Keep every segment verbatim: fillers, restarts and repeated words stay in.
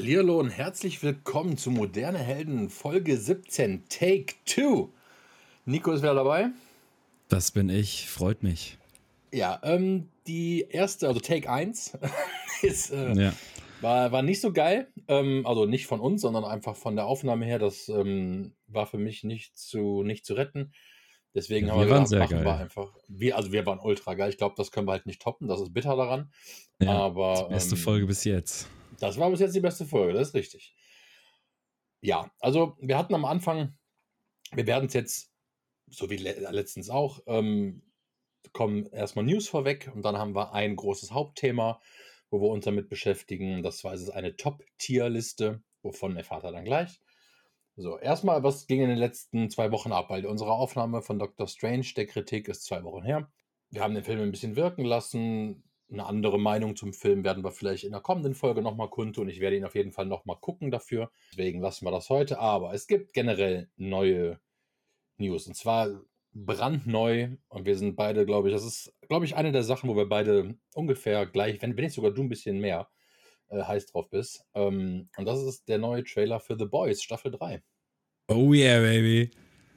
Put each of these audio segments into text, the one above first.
Hallihallo und herzlich willkommen zu Moderne Helden Folge siebzehn, Take Two. Nico ist wieder dabei. Das bin ich, freut mich. Ja, ähm, die erste, also Take eins, ist, äh, Ja. war, war nicht so geil. Ähm, also nicht von uns, sondern einfach von der Aufnahme her. Das ähm, war für mich nicht zu, nicht zu retten. Deswegen Ja, haben wir wir waren gedacht, sehr machen wir geil. einfach. Wir, also wir waren ultra geil. Ich glaube, das können wir halt nicht toppen. Das ist bitter daran. Ja, Aber die beste ähm, Folge bis jetzt. das war bis jetzt die beste Folge, das ist richtig. Ja, also wir hatten am Anfang, wir werden es jetzt, so wie le letztens auch, ähm, kommen erstmal News vorweg und dann haben wir ein großes Hauptthema, wo wir uns damit beschäftigen. Das war es ist eine Top-Tier-Liste, wovon erfahrt ihr dann gleich. So, erstmal, was ging in den letzten zwei Wochen ab? Weil unsere Aufnahme von Doctor Strange, der Kritik, ist zwei Wochen her. Wir haben den Film ein bisschen wirken lassen. Eine andere Meinung zum Film werden wir vielleicht in der kommenden Folge nochmal kundtun. Ich werde ihn auf jeden Fall nochmal gucken dafür. Deswegen lassen wir das heute. Aber es gibt generell neue News. Und zwar brandneu. Und wir sind beide, glaube ich, das ist, glaube ich, eine der Sachen, wo wir beide ungefähr gleich, wenn, wenn nicht sogar du ein bisschen mehr, äh, heiß drauf bist. Ähm, und das ist der neue Trailer für The Boys, Staffel drei. Oh yeah, baby.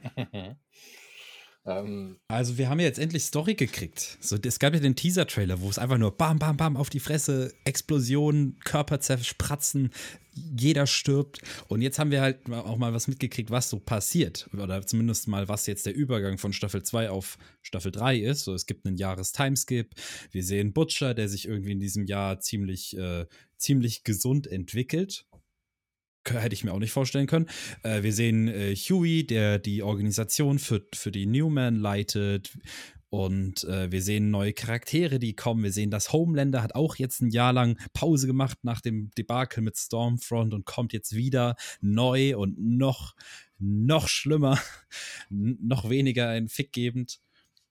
ähm, Also wir haben ja jetzt endlich Story gekriegt. So, es gab ja den Teaser-Trailer, wo es einfach nur bam, bam, bam auf die Fresse, Explosionen, Körper zerspratzen, jeder stirbt. Und jetzt haben wir halt auch mal was mitgekriegt, was so passiert. Oder zumindest mal, was jetzt der Übergang von Staffel zwei auf Staffel drei ist. So, es gibt einen Jahres-Timeskip. Wir sehen Butcher, der sich irgendwie in diesem Jahr ziemlich, äh, ziemlich gesund entwickelt. Hätte ich mir auch nicht vorstellen können. Äh, wir sehen äh, Huey, der die Organisation für, für die Newman leitet. Und äh, wir sehen neue Charaktere, die kommen. Wir sehen, dass Homelander hat auch jetzt ein Jahr lang Pause gemacht nach dem Debakel mit Stormfront und kommt jetzt wieder neu und noch, noch schlimmer, noch weniger ein Fick gebend.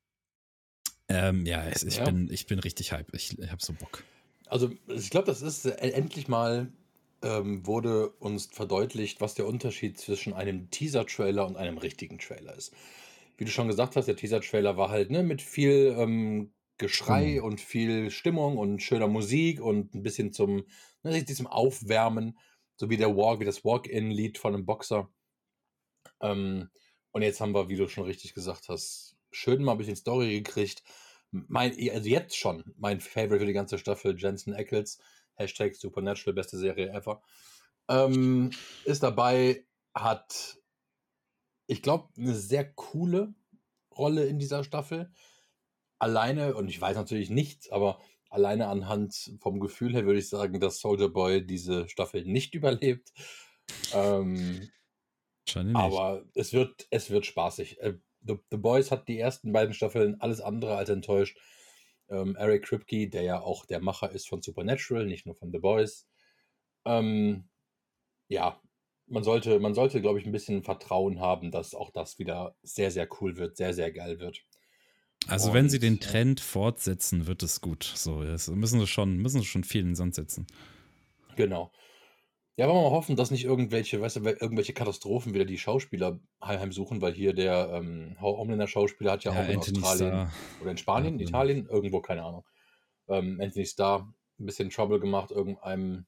Ähm, ja, es, ich, ja. bin, ich bin richtig hype. Ich, ich habe so Bock. Also ich glaube, das ist äh, endlich mal ähm, wurde uns verdeutlicht, was der Unterschied zwischen einem Teaser-Trailer und einem richtigen Trailer ist. Wie du schon gesagt hast, der Teaser-Trailer war halt ne, mit viel ähm, Geschrei Stimmung. und viel Stimmung und schöner Musik und ein bisschen zum, ne, diesem Aufwärmen, so wie der Walk, wie das Walk-In-Lied von einem Boxer. Ähm, und jetzt haben wir, wie du schon richtig gesagt hast, schön mal ein bisschen Story gekriegt. Mein, also jetzt schon mein Favorite für die ganze Staffel, Jensen Ackles, Hashtag Supernatural, beste Serie ever, ähm, ist dabei, hat, ich glaube, eine sehr coole Rolle in dieser Staffel. Alleine, und ich weiß natürlich nichts, aber alleine anhand vom Gefühl her würde ich sagen, dass Soldier Boy diese Staffel nicht überlebt. Ähm, Wahrscheinlich nicht. aber es wird, es wird spaßig. Äh, The, The Boys hat die ersten beiden Staffeln alles andere als enttäuscht. Ähm, Eric Kripke, der ja auch der Macher ist von Supernatural, nicht nur von The Boys. Ähm, ja, man sollte, man sollte, glaube ich, ein bisschen Vertrauen haben, dass auch das wieder sehr, sehr cool wird, sehr, sehr geil wird. Also wenn sie Und den ja, Trend fortsetzen, wird es gut. So, das müssen sie schon, müssen sie schon viel in den Sand setzen. genau. Ja, wollen wir mal hoffen, dass nicht irgendwelche, weißt du, irgendwelche Katastrophen wieder die Schauspieler heimsuchen, weil hier der ähm, Homelander-Schauspieler hat ja Ja, auch in Anthony Australien Starr. oder in Der Spanien, hatte, Italien, irgendwo, keine Ahnung, ähm, Anthony Starr ein bisschen Trouble gemacht, irgendeinem,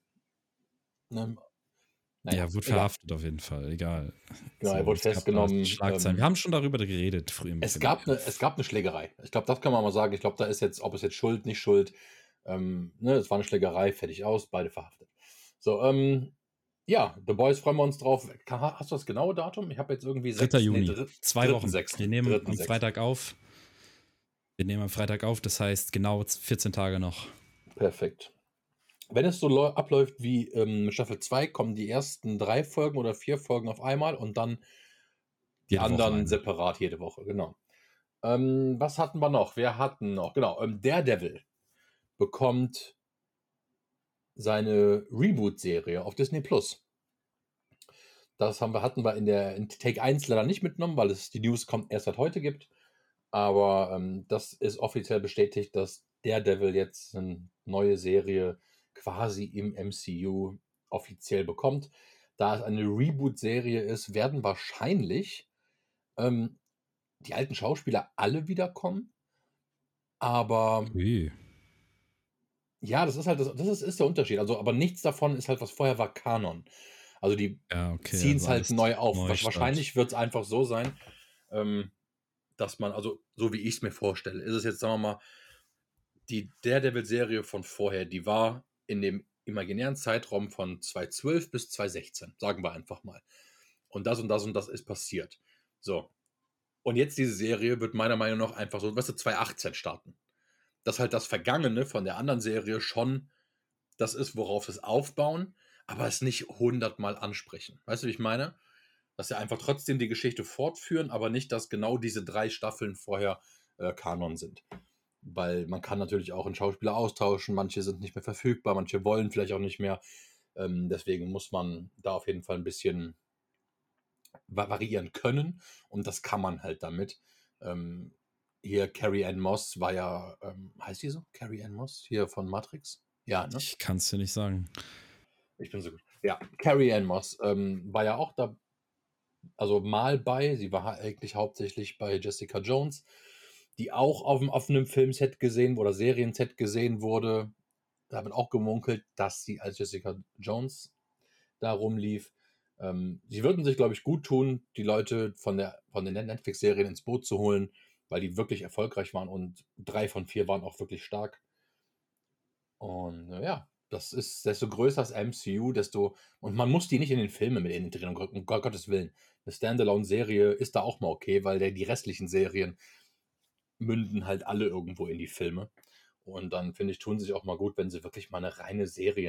ne, naja, ja, wurde egal. verhaftet auf jeden Fall, egal. Genau, er So, wurde es gab da festgenommen. Schlagzeilen. Wir Ähm, haben schon darüber geredet früher ein es bisschen. gab eine, es gab eine Schlägerei. Ich glaube, das kann man mal sagen. Ich glaube, da ist jetzt, ob es jetzt Schuld, nicht Schuld, ähm, ne, es war eine Schlägerei, fertig aus, beide verhaftet. So, ähm, ja, The Boys freuen wir uns drauf. Kann, hast du das genaue Datum? Ich habe jetzt irgendwie dritter sechs, nee, Juni. dritt, Zwei dritten Wochen. Wir sechsten nehmen dritten am sechsten Freitag auf. Wir nehmen am Freitag auf, das heißt genau vierzehn Tage noch. Perfekt. Wenn es so läu- abläuft wie ähm, Staffel zwei, kommen die ersten drei Folgen oder vier Folgen auf einmal und dann die Jede Woche anderen eine. separat jede Woche, genau. Ähm, was hatten wir noch? Wir hatten noch, genau, ähm, Daredevil bekommt seine Reboot-Serie auf Disney Plus. Das haben wir, hatten wir in der in Take eins leider nicht mitgenommen, weil es die News kommt, erst seit heute gibt. Aber ähm, das ist offiziell bestätigt, dass Daredevil jetzt eine neue Serie quasi im M C U offiziell bekommt. Da es eine Reboot-Serie ist, werden wahrscheinlich ähm, die alten Schauspieler alle wiederkommen. Aber Ui. Ja, das ist halt das das ist ist der Unterschied. Also, aber nichts davon ist halt, was vorher war, Kanon. Also, die Ja, okay, ziehen es also halt alles neu auf. Wahrsch Neustart. wahrscheinlich wird's einfach so sein, ähm, dass man also, so wie ich's mir vorstelle, ist es jetzt, sagen wir mal, die Daredevil-Serie von vorher, die war in dem imaginären Zeitraum von zweitausendzwölf bis zweitausendsechzehn, sagen wir einfach mal. Und das und das und das ist passiert. So. Und jetzt diese Serie wird meiner Meinung nach einfach so, weißt du, zweitausendachtzehn starten. Dass halt das Vergangene von der anderen Serie schon das ist, worauf sie es aufbauen, aber es nicht hundertmal ansprechen. Weißt du, wie ich meine? Dass sie einfach trotzdem die Geschichte fortführen, aber nicht, dass genau diese drei Staffeln vorher äh, Kanon sind. Weil man kann natürlich auch einen Schauspieler austauschen, manche sind nicht mehr verfügbar, manche wollen vielleicht auch nicht mehr. Ähm, deswegen muss man da auf jeden Fall ein bisschen va variieren können und das kann man halt damit. Ähm, hier Carrie Ann Moss war ja, ähm, heißt die so? Carrie Ann Moss hier von Matrix? Ja, ne? Ich kann's dir nicht sagen. Ich bin so gut. Ja, Carrie Ann Moss ähm, war ja auch da, also mal bei. Sie war eigentlich hauptsächlich bei Jessica Jones, die auch auf dem offenen Filmset gesehen oder Serienset gesehen wurde. Da wird auch gemunkelt, dass sie als Jessica Jones da rumlief. Ähm, sie würden sich, glaube ich, gut tun, die Leute von, der, von den Netflix-Serien ins Boot zu holen, weil die wirklich erfolgreich waren und drei von vier waren auch wirklich stark. Und äh, ja, das ist, desto größer das M C U, desto. Und man muss die nicht in den Filmen mit integrieren, um Gott- um Gottes Willen. Eine Standalone-Serie ist da auch mal okay, weil der, die restlichen Serien münden halt alle irgendwo in die Filme. Und dann finde ich, tun sie sich auch mal gut, wenn sie wirklich mal eine reine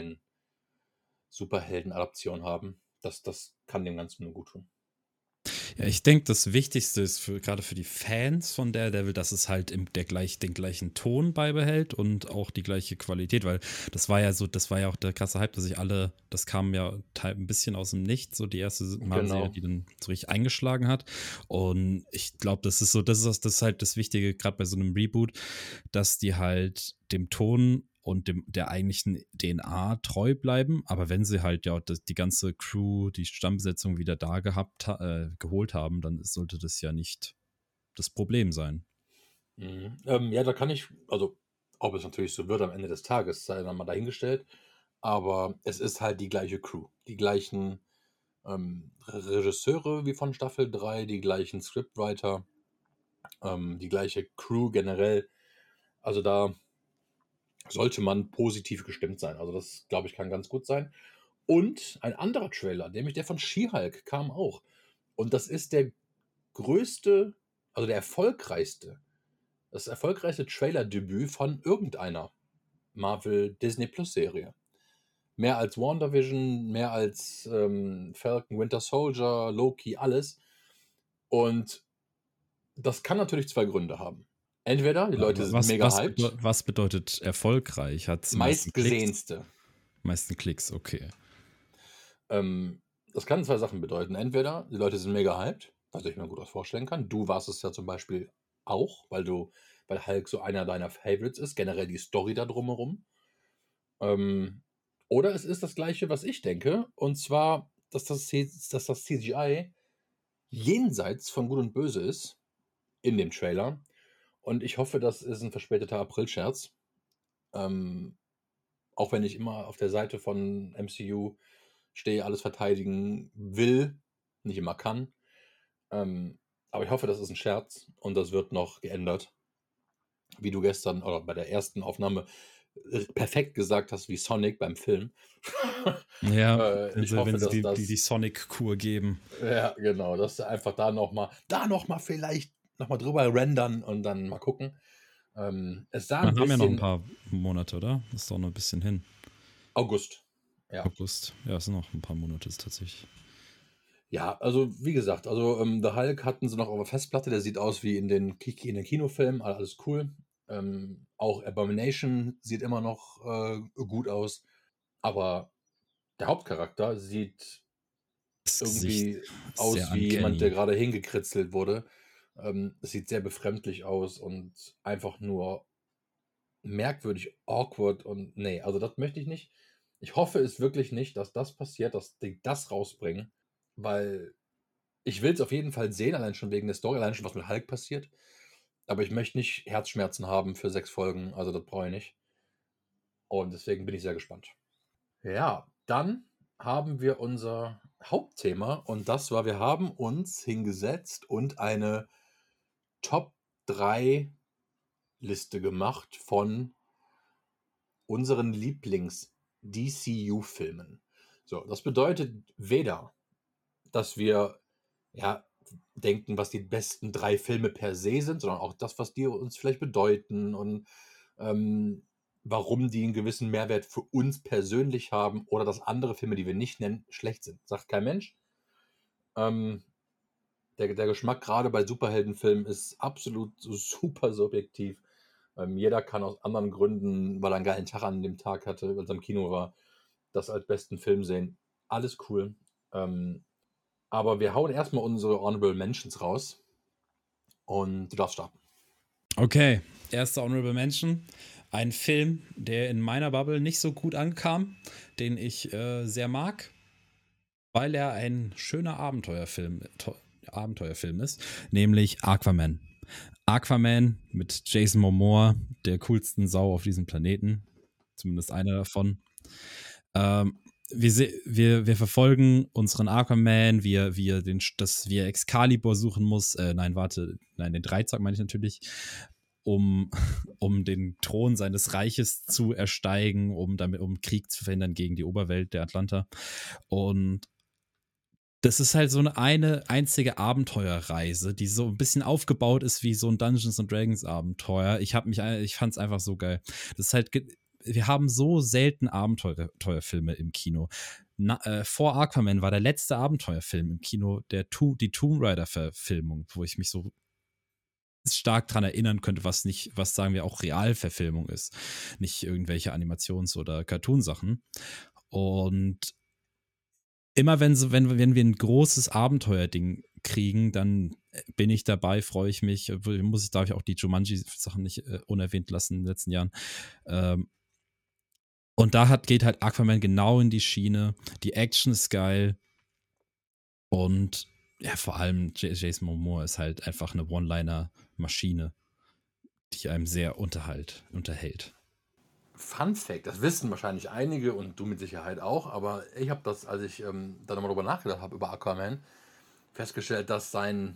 Serien-Superhelden-Adaption haben. Das, das kann dem Ganzen nur gut tun. Ja, ich denke, das Wichtigste ist für, gerade für die Fans von Daredevil, dass es halt im, der gleich, den gleichen Ton beibehält und auch die gleiche Qualität, weil das war ja so, das war ja auch der krasse Hype, dass sich alle, das kam ja teil- ein bisschen aus dem Nichts, so die erste Marvel-Serie, Genau. die dann so richtig eingeschlagen hat. Und ich glaube, das ist so, das ist, das ist halt das Wichtige, gerade bei so einem Reboot, dass die halt dem Ton und dem, der eigentlichen D N A treu bleiben, aber wenn sie halt ja das, die ganze Crew, die Stammbesetzung wieder da gehabt, äh, geholt haben, dann sollte das ja nicht das Problem sein. Mhm. Ähm, ja, da kann ich, also ob es natürlich so wird am Ende des Tages, sei dann mal dahingestellt. Aber es ist halt die gleiche Crew. Die gleichen ähm, Regisseure wie von Staffel drei, die gleichen Scriptwriter, ähm, die gleiche Crew generell. Also da sollte man positiv gestimmt sein. Also das, glaube ich, kann ganz gut sein. Und ein anderer Trailer, nämlich der von She-Hulk, kam auch. Und das ist der größte, also der erfolgreichste, das erfolgreichste Trailer-Debüt von irgendeiner Marvel Disney Plus Serie. Mehr als WandaVision, mehr als ähm, Falcon, Winter Soldier, Loki, alles. Und das kann natürlich zwei Gründe haben. Entweder die Leute sind Was, mega was, bedeu hyped, was bedeutet erfolgreich? Hat es meisten Klicks? meistgesehenste. Meisten Klicks, okay. Ähm, das kann zwei Sachen bedeuten. Entweder die Leute sind mega hyped, was ich mir gut was vorstellen kann. Du warst es ja zum Beispiel auch, weil du, weil Hulk so einer deiner Favorites ist, generell die Story da drumherum. Ähm, oder es ist das Gleiche, was ich denke, und zwar, dass das, C- dass das C G I jenseits von Gut und Böse ist in dem Trailer. Und ich hoffe, das ist ein verspäteter Aprilscherz. Ähm, auch wenn ich immer auf der Seite von M C U stehe, alles verteidigen will, nicht immer kann. Ähm, aber ich hoffe, das ist ein Scherz und das wird noch geändert. Wie du gestern oder bei der ersten Aufnahme äh, perfekt gesagt hast, wie Sonic beim Film. Ja, äh, wenn ich sie, wenn hoffe, sie dass die, die, die das, Sonic-Kur geben. ja, genau, dass sie einfach da nochmal, da nochmal vielleicht nochmal drüber rendern und dann mal gucken. Ähm, es sah Wir ein haben ja noch ein bisschen paar Monate, oder? Das ist doch noch ein bisschen hin. August. Ja. August. Ja, es sind noch ein paar Monate ist tatsächlich. Ja, also wie gesagt, also ähm, The Hulk hatten sie noch auf der Festplatte, der sieht aus wie in den, Ki- in den Kinofilmen, all- alles cool. Ähm, auch Abomination sieht immer noch äh, gut aus, aber der Hauptcharakter sieht Das Gesicht irgendwie ist sehr aus wie jemand, der uncanny. gerade hingekritzelt wurde. Ähm, es sieht sehr befremdlich aus und einfach nur merkwürdig awkward und nee, also das möchte ich nicht. Ich hoffe es wirklich nicht, dass das passiert, dass die das rausbringen, weil ich will es auf jeden Fall sehen, allein schon wegen der Story, allein schon, was mit Hulk passiert. Aber ich möchte nicht Herzschmerzen haben für sechs Folgen, also das brauche ich nicht. Und deswegen bin ich sehr gespannt. Ja, dann haben wir unser Hauptthema und das war, wir haben uns hingesetzt und eine Top drei Liste gemacht von unseren Lieblings-D C U-Filmen. So, das bedeutet weder, dass wir ja, denken, was die besten drei Filme per se sind, sondern auch das, was die uns vielleicht bedeuten und ähm, warum die einen gewissen Mehrwert für uns persönlich haben oder dass andere Filme, die wir nicht nennen, schlecht sind. Sagt kein Mensch. Ähm, der, der Geschmack gerade bei Superheldenfilmen ist absolut so super subjektiv. Ähm, jeder kann aus anderen Gründen, weil er einen geilen Tag an dem Tag hatte, weil es am Kino war, das als besten Film sehen. Alles cool. Ähm, aber wir hauen erstmal unsere Honorable Mentions raus. Und du darfst starten. Okay, erster Honorable Mention. Ein Film, der in meiner Bubble nicht so gut ankam, den ich äh, sehr mag, weil er ein schöner Abenteuerfilm, to- Abenteuerfilm ist, nämlich Aquaman. Aquaman mit Jason Momoa, der coolsten Sau auf diesem Planeten. Zumindest einer davon. Ähm, wir, se- wir, wir verfolgen unseren Aquaman, wie er, wie er den, dass wir Excalibur suchen muss. Äh, nein, warte, nein, den Dreizack meine ich natürlich. Um, um den Thron seines Reiches zu ersteigen, um damit um Krieg zu verhindern gegen die Oberwelt der Atlanter. Und das ist halt so eine, eine einzige Abenteuerreise, die so ein bisschen aufgebaut ist wie so ein Dungeons and Dragons Abenteuer. Ich habe mich, ich fand es einfach so geil. Das ist halt, wir haben so selten Abenteuerfilme im Kino. Na, äh, vor Aquaman war der letzte Abenteuerfilm im Kino der tu die Tomb Raider Verfilmung, wo ich mich so stark dran erinnern könnte, was nicht, was sagen wir auch Realverfilmung ist, nicht irgendwelche Animations- oder Cartoonsachen. Und immer wenn, so, wenn, wenn wir ein großes Abenteuerding kriegen, dann bin ich dabei, freue ich mich. Muss ich, darf ich auch die Jumanji-Sachen nicht äh, unerwähnt lassen in den letzten Jahren. Ähm, und da hat, geht halt Aquaman genau in die Schiene. Die Action ist geil. Und ja, vor allem Jason Momoa ist halt einfach eine One-Liner-Maschine, die einem sehr unterhalt, unterhält. Fun Fact, das wissen wahrscheinlich einige und du mit Sicherheit auch, aber ich habe das, als ich ähm, da nochmal drüber nachgedacht habe über Aquaman, festgestellt, dass sein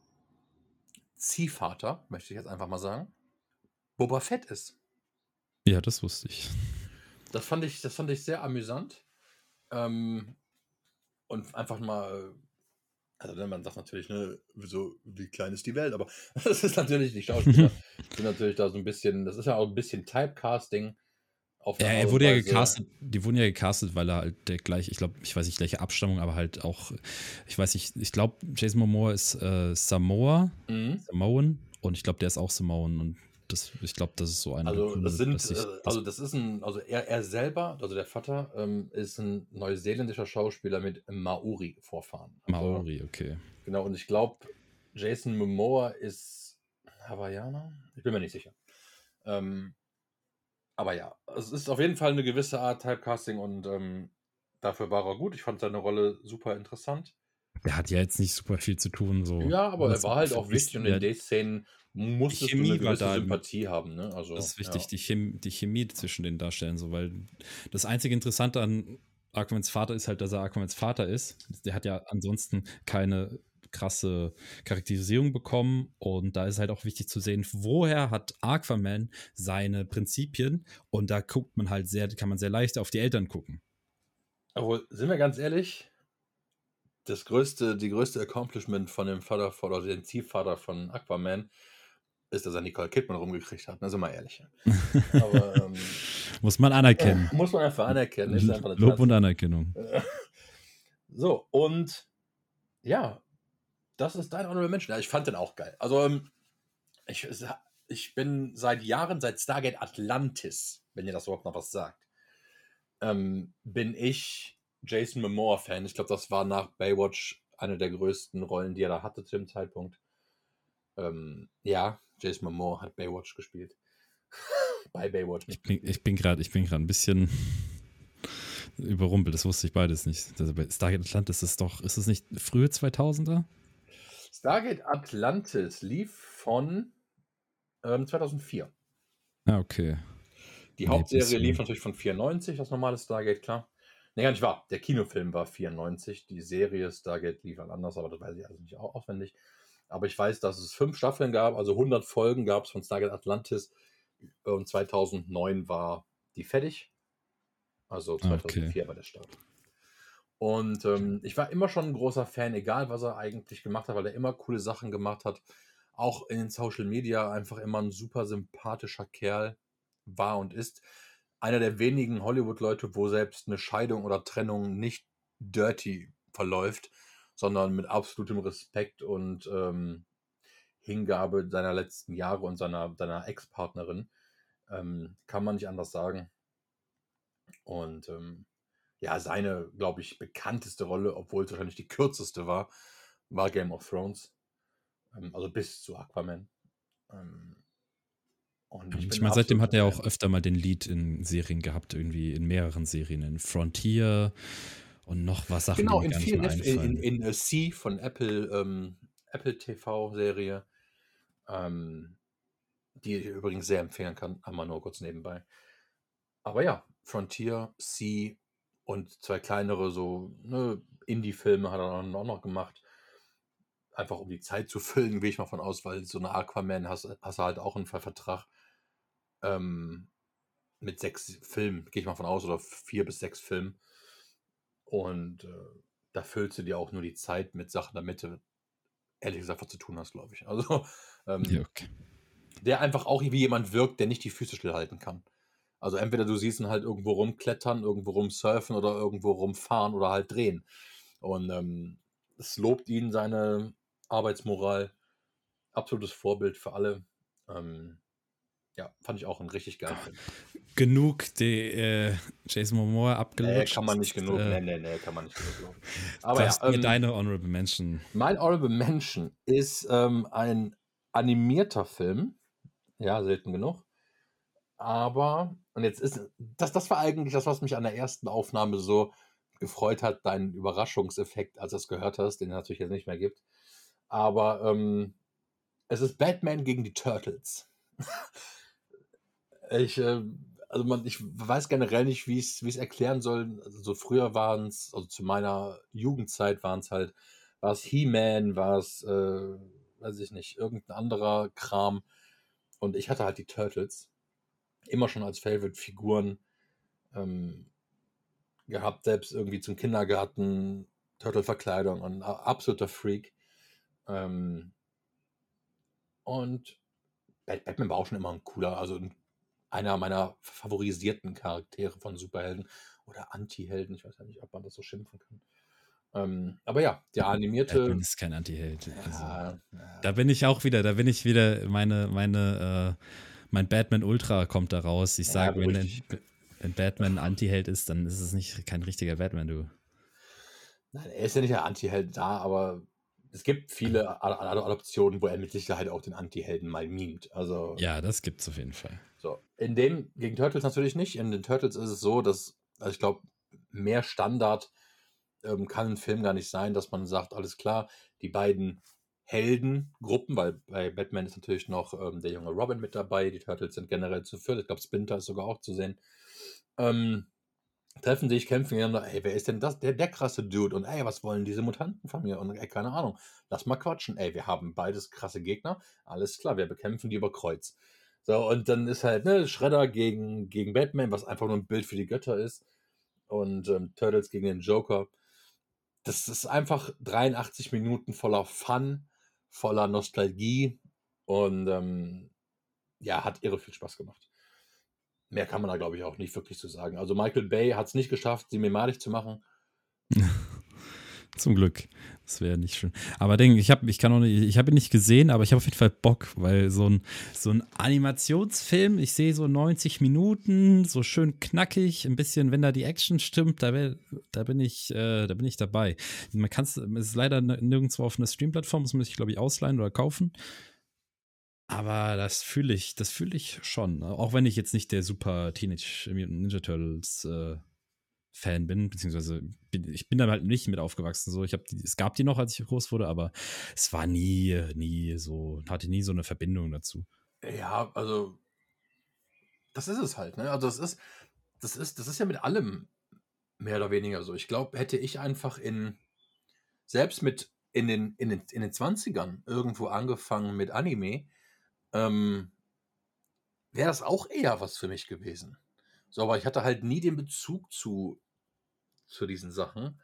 Ziehvater, möchte ich jetzt einfach mal sagen, Boba Fett ist. Ja, das wusste ich. Das fand ich, das fand ich sehr amüsant. Ähm, und einfach mal, also man sagt natürlich, ne, so wie klein ist die Welt, aber das ist natürlich, die Schauspieler sind natürlich da so ein bisschen, das ist ja auch ein bisschen Typecasting. Auf Ja, eine Art er und wurde ja Weise. gecastet, die wurden ja gecastet, weil er halt der gleich, ich glaube, ich weiß nicht, gleiche Abstammung, aber halt auch, ich weiß nicht, ich glaube, Jason Momoa ist äh, Samoa, Mhm. Samoan und ich glaube, der ist auch Samoan und das, ich glaube, das ist so einer der Also Gründe, das sind, dass ich, äh, das, also das ist ein, also er, er selber, also der Vater, ähm, ist ein neuseeländischer Schauspieler mit Maori-Vorfahren. Also, Maori, okay. genau, und ich glaube, Jason Momoa ist Hawaiianer? Ich bin mir nicht sicher. Ähm, aber ja, es ist auf jeden Fall eine gewisse Art Typecasting und ähm, dafür war er gut. Ich fand seine Rolle super interessant. Der hat ja jetzt nicht super viel zu tun, so. Ja, aber er Das war halt für auch mich- wichtig und ja, in den Szenen die musstest du eine Chemie war gewisse da, Sympathie haben, ne? Also, das ist wichtig, ja. die, Chemie, die Chemie zwischen den Darstellern, so, weil das einzige Interessante an Aquamans Vater ist halt, dass er Aquamans Vater ist. Der hat ja ansonsten keine krasse Charakterisierung bekommen und da ist halt auch wichtig zu sehen, woher hat Aquaman seine Prinzipien und da guckt man halt sehr, kann man sehr leicht auf die Eltern gucken. Obwohl, sind wir ganz ehrlich, das größte, die größte Accomplishment von dem Vater, oder dem Ziehvater von Aquaman ist, dass er Nicole Kidman rumgekriegt hat. Na, sind wir ehrlich. Aber ähm, muss man anerkennen. muss man einfach anerkennen. Ist einfach eine Lob und Tatsache. Anerkennung. So, und ja, das ist dein Honorable Mention. Ja, ich fand den auch geil. Also, ähm, ich, ich bin seit Jahren, seit Stargate Atlantis, wenn ihr das überhaupt noch was sagt, ähm, bin ich Jason Momoa-Fan. Ich glaube, das war nach Baywatch eine der größten Rollen, die er da hatte zu dem Zeitpunkt. Ähm, ja, Jason Momoa hat Baywatch gespielt. Bei Baywatch. Ich bin, ich bin gerade ein bisschen überrumpelt, das wusste ich beides nicht. Also bei Stargate Atlantis ist es doch, ist es nicht frühe zweitausender? Stargate Atlantis lief von ähm, zweitausendvier. Ah, okay. Die Nee, Hauptserie lief bisschen. natürlich von vierundneunzig, das normale Stargate, klar. Nee, gar nicht wahr. Der Kinofilm war vierundneunzig, die Serie Stargate lief halt anders, aber das weiß ich also nicht au auswendig. Aber ich weiß, dass es fünf Staffeln gab, also hundert Folgen gab es von Stargate Atlantis und zweitausendneun war die fertig. Also Ah, okay. zweitausendvier war der Start. Und ähm, ich war immer schon ein großer Fan, egal was er eigentlich gemacht hat, weil er immer coole Sachen gemacht hat. Auch in den Social Media einfach immer ein super sympathischer Kerl war und ist. Einer der wenigen Hollywood-Leute, wo selbst eine Scheidung oder Trennung nicht dirty verläuft, sondern mit absolutem Respekt und ähm, Hingabe seiner letzten Jahre und seiner, seiner Ex-Partnerin. Ähm, kann man nicht anders sagen. Und ähm, ja, seine, glaube ich, bekannteste Rolle, obwohl es wahrscheinlich die kürzeste war, war Game of Thrones. Ähm, also bis zu Aquaman. Ähm, und ich Ich bin ein meine, seitdem absoluter hat er auch Fan. öfter mal den Lead in Serien gehabt, irgendwie in mehreren Serien, in Frontier und noch was Sachen, die Genau, mir in gar nicht vielen mehr Netf in, in, einfallen. in A Sea von Apple, ähm, Apple T V-Serie, ähm, die ich übrigens sehr empfehlen kann, einmal nur kurz nebenbei. Aber ja, Frontier, Sea und zwei kleinere so ne, Indie-Filme hat er auch noch gemacht. Einfach um die Zeit zu füllen, gehe ich mal von aus, weil so eine Aquaman hast, hast du halt auch einen Ver- Vertrag ähm, mit sechs Filmen, gehe ich mal von aus, oder vier bis sechs Filmen. Und äh, da füllst du dir auch nur die Zeit mit Sachen, damit du ehrlich gesagt was zu tun hast, glaube ich. Also Ja, ähm, okay. der einfach auch wie jemand wirkt, der nicht die Füße stillhalten kann. Also entweder du siehst ihn halt irgendwo rumklettern, irgendwo rumsurfen oder irgendwo rumfahren oder halt drehen. Und ähm, es lobt ihn, seine Arbeitsmoral. Absolutes Vorbild für alle. Ähm, ja, fand ich auch einen richtig geilen Film. Genug die äh, Jason Momoa Nee, abgelutscht. kann man nicht genug. Äh, Nee, nee, nee, kann man nicht genug loben. Aber ja, darfst mir ähm, deine Honorable Mention. mein Honorable Mention ist ähm, ein animierter Film. Ja, selten genug. Aber, und jetzt ist, das, das war eigentlich das, was mich an der ersten Aufnahme so gefreut hat, dein Überraschungseffekt, als du es gehört hast, den es natürlich jetzt nicht mehr gibt. Aber ähm, es ist Batman gegen die Turtles. Ich, äh, also man, ich weiß generell nicht, wie ich es erklären soll. Also so früher waren es, also zu meiner Jugendzeit waren es halt, war es He-Man, war es, äh, weiß ich nicht, irgendein anderer Kram. Und ich hatte halt die Turtles immer schon als Favorite-Figuren ähm, gehabt, selbst irgendwie zum Kindergarten, Turtle-Verkleidung und a- absoluter Freak. Ähm, und Bat- Batman war auch schon immer ein cooler, also ein, einer meiner favorisierten Charaktere von Superhelden oder Anti-Helden. Ich weiß ja nicht, ob man das so schimpfen kann. Ähm, aber ja, der Batman animierte. ist kein Anti-Held. Also, Ja, da ja, bin ich auch wieder, da bin ich wieder, meine, meine, äh, mein Batman Ultra kommt da raus. Ich ja, sage, wenn, beruhig ein- dich. wenn Batman ein Anti-Held ist, dann ist es nicht kein richtiger Batman, du. Nein, er ist ja nicht der Anti-Held da, aber es gibt viele A- A- Adaptionen, wo er mit Sicherheit auch den Anti-Helden mal mimt. Also Ja, das gibt's auf jeden Fall. so. In dem, gegen Turtles natürlich nicht. In den Turtles ist es so, dass, also ich glaube, mehr Standard ähm, kann ein Film gar nicht sein, dass man sagt, alles klar, die beiden Heldengruppen, weil bei Batman ist natürlich noch ähm, der junge Robin mit dabei, die Turtles sind generell zu viert, ich glaube, Splinter ist sogar auch zu sehen. Ähm, treffen sich, kämpfen gegeneinander, ey, wer ist denn das? Der, der krasse Dude. Und ey, was wollen diese Mutanten von mir? Und ey, keine Ahnung, lass mal quatschen. Ey, wir haben beides krasse Gegner. Alles klar, wir bekämpfen die über Kreuz. So, und dann ist halt, ne, Shredder gegen, gegen Batman, was einfach nur ein Bild für die Götter ist. Und ähm, Turtles gegen den Joker. Das ist einfach dreiundachtzig Minuten voller Fun, voller Nostalgie und ähm, ja, hat irre viel Spaß gemacht. Mehr kann man da, glaube ich, auch nicht wirklich zu sagen. Also Michael Bay hat es nicht geschafft, sie memalig zu machen. Zum Glück. Das wäre nicht schön. Aber denk, ich habe ich kann auch nicht, ich habe ihn nicht gesehen, aber ich habe auf jeden Fall Bock, weil so ein, so ein Animationsfilm, ich sehe so neunzig Minuten, so schön knackig, ein bisschen, wenn da die Action stimmt, da, wär, da bin ich, äh, da bin ich dabei. Man kann es, es ist leider nirgendwo auf einer Stream-Plattform, das muss ich, glaube ich, ausleihen oder kaufen. Aber das fühle ich, das fühle ich schon. Ne? Auch wenn ich jetzt nicht der super Teenage Mutant Ninja Turtles äh, Fan bin, beziehungsweise bin, ich bin da halt nicht mit aufgewachsen. So, ich habe die, es gab die noch, als ich groß wurde, aber es war nie, nie so, hatte nie so eine Verbindung dazu. Ja, also Das ist es halt, ne? Also, das ist das ist das ist ja mit allem mehr oder weniger so. Ich glaube, hätte ich einfach in selbst mit in den in den in den Zwanzigern irgendwo angefangen mit Anime, ähm, wäre das auch eher was für mich gewesen. So, aber ich hatte halt nie den Bezug zu zu diesen Sachen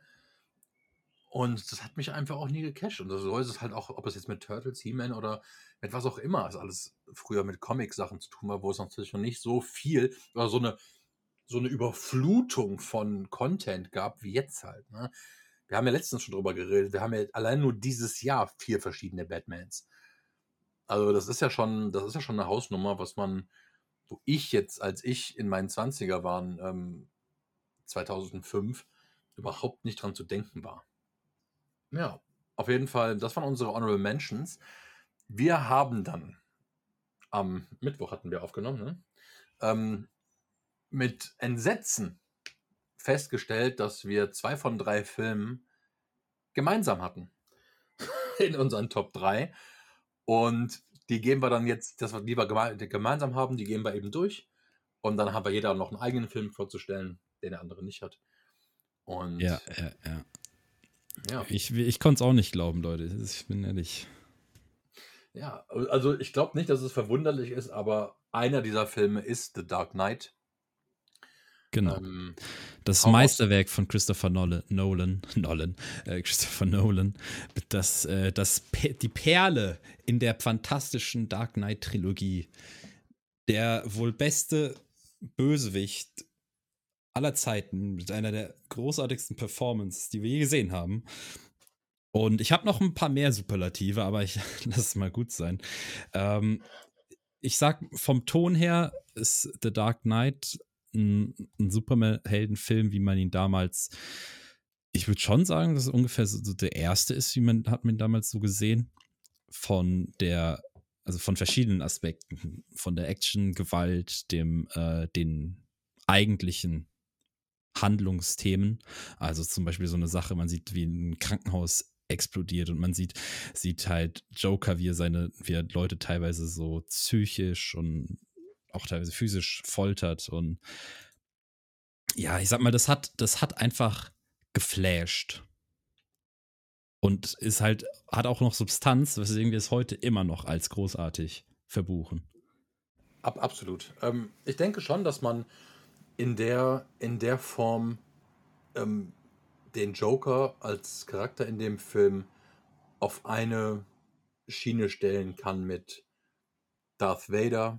und das hat mich einfach auch nie gecatcht. Und so ist es halt auch, ob es jetzt mit Turtles, He-Man oder mit was auch immer, es alles früher mit Comic-Sachen zu tun war, wo es natürlich noch nicht so viel oder so eine so eine Überflutung von Content gab wie jetzt halt, ne? Wir haben ja letztens schon drüber geredet. Wir haben ja allein nur dieses Jahr vier verschiedene Batmans. Also, das ist ja schon das ist ja schon 'ne Hausnummer, was man wo ich jetzt, als ich in meinen Zwanziger waren, ähm, zweitausendfünf, überhaupt nicht dran zu denken war. Ja, auf jeden Fall, das waren unsere Honorable Mentions. Wir haben dann am Mittwoch hatten wir aufgenommen, ne? Ähm, mit Entsetzen festgestellt, dass wir zwei von drei Filmen gemeinsam hatten in unseren Top drei. Und die gehen wir dann jetzt, das, was wir geme gemeinsam haben, die gehen wir eben durch. Und dann haben wir jeder noch einen eigenen Film vorzustellen, den der andere nicht hat. Ja, Und ja, ja. ja, Ich, ich konnte es auch nicht glauben, Leute. Ich bin ehrlich. ja, also ich glaube nicht, dass es verwunderlich ist, aber einer dieser Filme ist The Dark Knight. Genau. Ähm, Das hau raus. Meisterwerk von Christopher Nolan, Nolan, Nolan, äh, Christopher Nolan, das, äh, das, Pe- die Perle in der fantastischen Dark Knight-Trilogie. Der wohl beste Bösewicht aller Zeiten mit einer der großartigsten Performances, die wir je gesehen haben. Und ich habe noch ein paar mehr Superlative, aber ich lasse es mal gut sein. Ähm, ich sag, vom Ton her ist The Dark Knight ein, ein Superheldenfilm, wie man ihn damals, ich würde schon sagen, dass es ungefähr so, so der erste ist, wie man hat man ihn damals so gesehen. Von der, also von verschiedenen Aspekten, von der Action, Gewalt, dem, äh, den eigentlichen Handlungsthemen. Also zum Beispiel so eine Sache, man sieht, wie ein Krankenhaus explodiert und man sieht, sieht halt Joker, wie er seine, wie er Leute teilweise so psychisch und auch teilweise physisch foltert. Und ja, ich sag mal, das hat, das hat einfach geflasht. Und ist halt, hat auch noch Substanz, weswegen wir es heute immer noch als großartig verbuchen. Ab, absolut. Ähm, ich denke schon, dass man in der, in der Form ähm, den Joker als Charakter in dem Film auf eine Schiene stellen kann mit Darth Vader,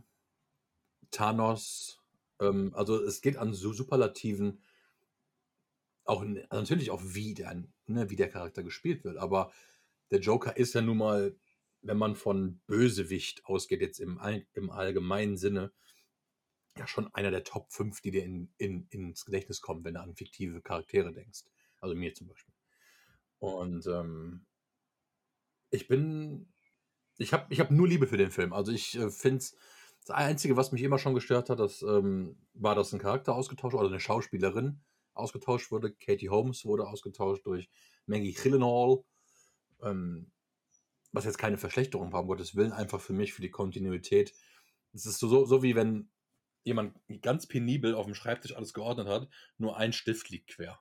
Thanos. Ähm, also es geht an so Superlativen auch in, also natürlich auch wie der, ne, wie der Charakter gespielt wird. Aber der Joker ist ja nun mal, wenn man von Bösewicht ausgeht, jetzt im, all, im allgemeinen Sinne, ja schon einer der Top fünf, die dir in, in, ins Gedächtnis kommen, wenn du an fiktive Charaktere denkst. Also mir zum Beispiel. Und ähm, ich bin, ich habe ich hab nur Liebe für den Film. Also ich äh, finde es, das Einzige, was mich immer schon gestört hat, das ähm, war, dass ein Charakter ausgetauscht oder eine Schauspielerin ausgetauscht wurde. Katie Holmes wurde ausgetauscht durch Maggie Gyllenhaal. Ähm, was jetzt keine Verschlechterung war, um Gottes Willen, einfach für mich, für die Kontinuität. Es ist so, so, so wie wenn jemand ganz penibel auf dem Schreibtisch alles geordnet hat, nur ein Stift liegt quer.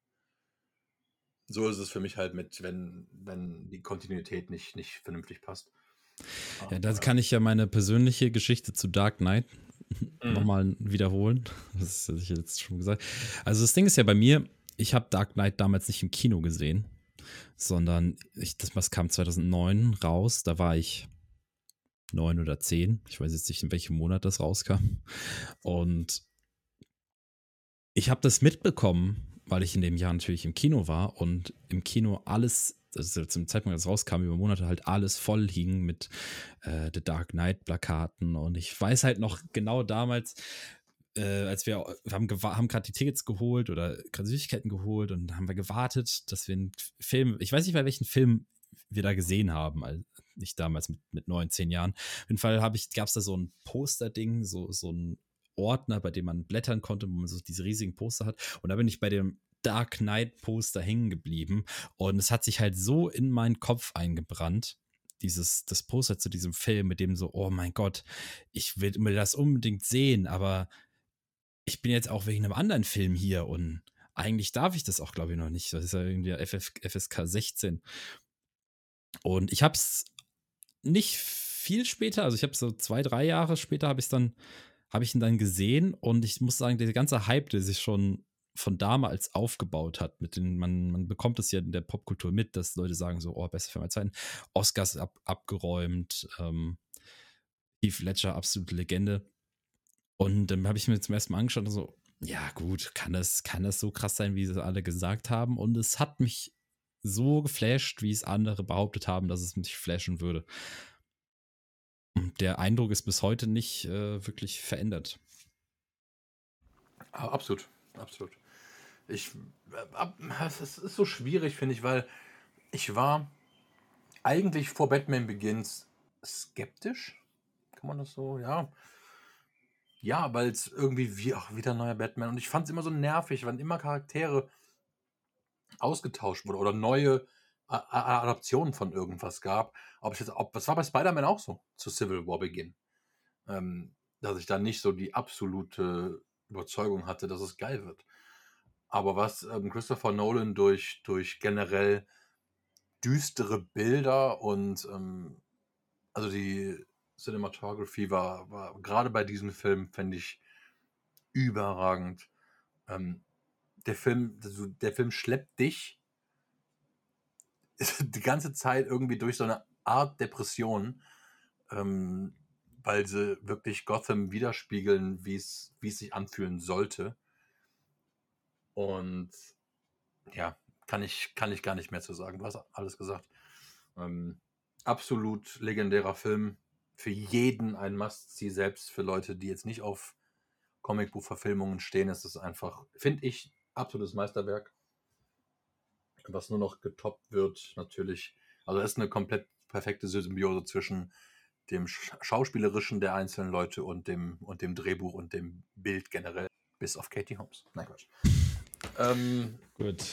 So ist es für mich halt mit, wenn, wenn die Kontinuität nicht, nicht vernünftig passt. Ja, da kann ich ja meine persönliche Geschichte zu Dark Knight Mhm. nochmal wiederholen. Das hatte ich jetzt schon gesagt. Also das Ding ist ja bei mir, ich habe Dark Knight damals nicht im Kino gesehen, sondern ich, das was kam zweitausendneun raus. Da war ich neun oder zehn. Ich weiß jetzt nicht, in welchem Monat das rauskam. Und ich habe das mitbekommen, weil ich in dem Jahr natürlich im Kino war und im Kino alles, also zum Zeitpunkt, als es rauskam, über Monate halt alles voll hing mit äh, The Dark Knight Plakaten. Und ich weiß halt noch genau damals, äh, als wir, wir haben, haben gerade die Tickets geholt oder gerade Süßigkeiten geholt und dann haben wir gewartet, dass wir einen Film, ich weiß nicht, bei welchen Film wir da gesehen haben, also nicht damals mit, mit neun, zehn Jahren. Auf jeden Fall gab es da so ein Poster-Ding, so, so ein Ordner, bei dem man blättern konnte, wo man so diese riesigen Poster hat. Und da bin ich bei dem Dark Knight Poster hängen geblieben. Und es hat sich halt so in meinen Kopf eingebrannt, dieses, das Poster zu diesem Film, mit dem so, oh mein Gott, ich will mir das unbedingt sehen, aber ich bin jetzt auch wegen einem anderen Film hier und eigentlich darf ich das auch, glaube ich, noch nicht. Das ist ja irgendwie F F, F S K sechzehn. Und ich habe es nicht viel später, also ich habe so zwei, drei Jahre später habe ich dann, habe ich ihn dann gesehen und ich muss sagen, der ganze Hype, der sich schon von damals aufgebaut hat, mit den, man, man bekommt es ja in der Popkultur mit, dass Leute sagen so, oh, beste Film aller Zeiten, Oscars ab, abgeräumt, ähm, Heath Ledger, absolute Legende. Und dann habe ich mir zum ersten Mal angeschaut und so, ja gut, kann das, kann das so krass sein, wie sie alle gesagt haben? Und es hat mich so geflasht, wie es andere behauptet haben, dass es mich flashen würde. Und der Eindruck ist bis heute nicht äh, wirklich verändert. Ah, absolut, absolut. Ich, äh, ab, es ist so schwierig, finde ich, weil ich war eigentlich vor Batman Begins skeptisch. Kann man das so? Ja. Ja, weil es irgendwie wie auch wieder ein neuer Batman. Und ich fand es immer so nervig, wenn immer Charaktere ausgetauscht wurden oder neue A A Adaptionen von irgendwas gab. Ob ich jetzt, ob, das war bei Spider-Man auch so, zu Civil War Beginn. Ähm, dass ich da nicht so die absolute Überzeugung hatte, dass es geil wird. Aber was ähm, Christopher Nolan durch, durch generell düstere Bilder und ähm, also die Cinematography war, war gerade bei diesem Film, fände ich, überragend. Ähm, der Film, also der Film schleppt dich die ganze Zeit irgendwie durch so eine Art Depression, ähm, weil sie wirklich Gotham widerspiegeln, wie es wie es sich anfühlen sollte. Und ja, kann ich, kann ich gar nicht mehr zu sagen. Du hast alles gesagt. Ähm, absolut legendärer Film. Für jeden ein Must-See, selbst für Leute, die jetzt nicht auf Comicbuchverfilmungen stehen, ist es einfach, finde ich, absolutes Meisterwerk. Was nur noch getoppt wird, natürlich. Also es ist eine komplett perfekte Symbiose zwischen dem Sch- Schauspielerischen der einzelnen Leute und dem, und dem Drehbuch und dem Bild generell. Bis auf Katie Holmes. Nein, Quatsch. Ähm, Gut.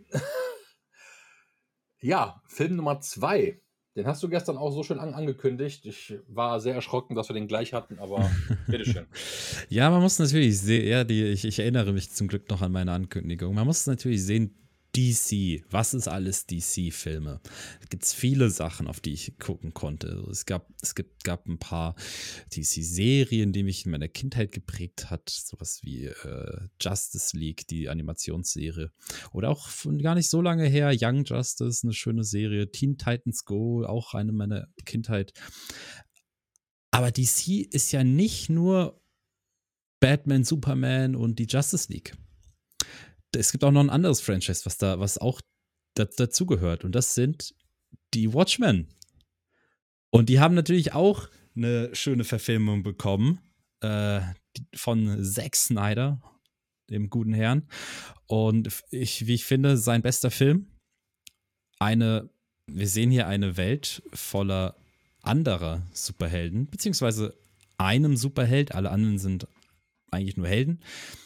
ja, Film Nummer zwei. Den hast du gestern auch so schön an angekündigt. Ich war sehr erschrocken, dass wir den gleich hatten, aber bitteschön. Ja, man muss natürlich sehen, ja, die, ich, ich erinnere mich zum Glück noch an meine Ankündigung. Man muss natürlich sehen, D C, was ist alles D C-Filme? Da gibt es viele Sachen, auf die ich gucken konnte. Also es gab, es gibt, gab ein paar D C-Serien, die mich in meiner Kindheit geprägt hat. Sowas wie äh, Justice League, die Animationsserie. Oder auch von gar nicht so lange her, Young Justice, eine schöne Serie. Teen Titans Go, auch eine meiner Kindheit. Aber D C ist ja nicht nur Batman, Superman und die Justice League. Es gibt auch noch ein anderes Franchise, was da, was auch da, dazugehört. Und das sind die Watchmen. Und die haben natürlich auch eine schöne Verfilmung bekommen äh, von Zack Snyder, dem guten Herrn. Und ich, wie ich finde, sein bester Film. Eine, wir sehen hier eine Welt voller anderer Superhelden, beziehungsweise einem Superheld, alle anderen sind eigentlich nur Helden.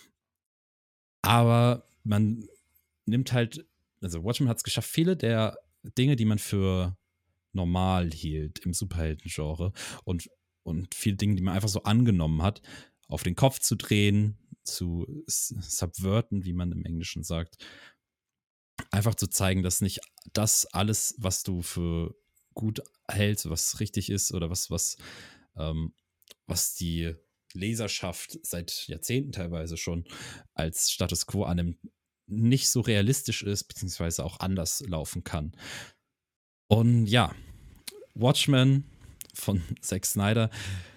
Aber man nimmt halt, also Watchmen hat es geschafft, viele der Dinge, die man für normal hielt im Superhelden-Genre und, und viele Dinge, die man einfach so angenommen hat, auf den Kopf zu drehen, zu subverten, wie man im Englischen sagt. Einfach zu zeigen, dass nicht das alles, was du für gut hältst, was richtig ist oder was, was, ähm, was die Leserschaft seit Jahrzehnten teilweise schon als Status quo annimmt, nicht so realistisch ist, beziehungsweise auch anders laufen kann. Und ja, Watchmen von Zack Snyder,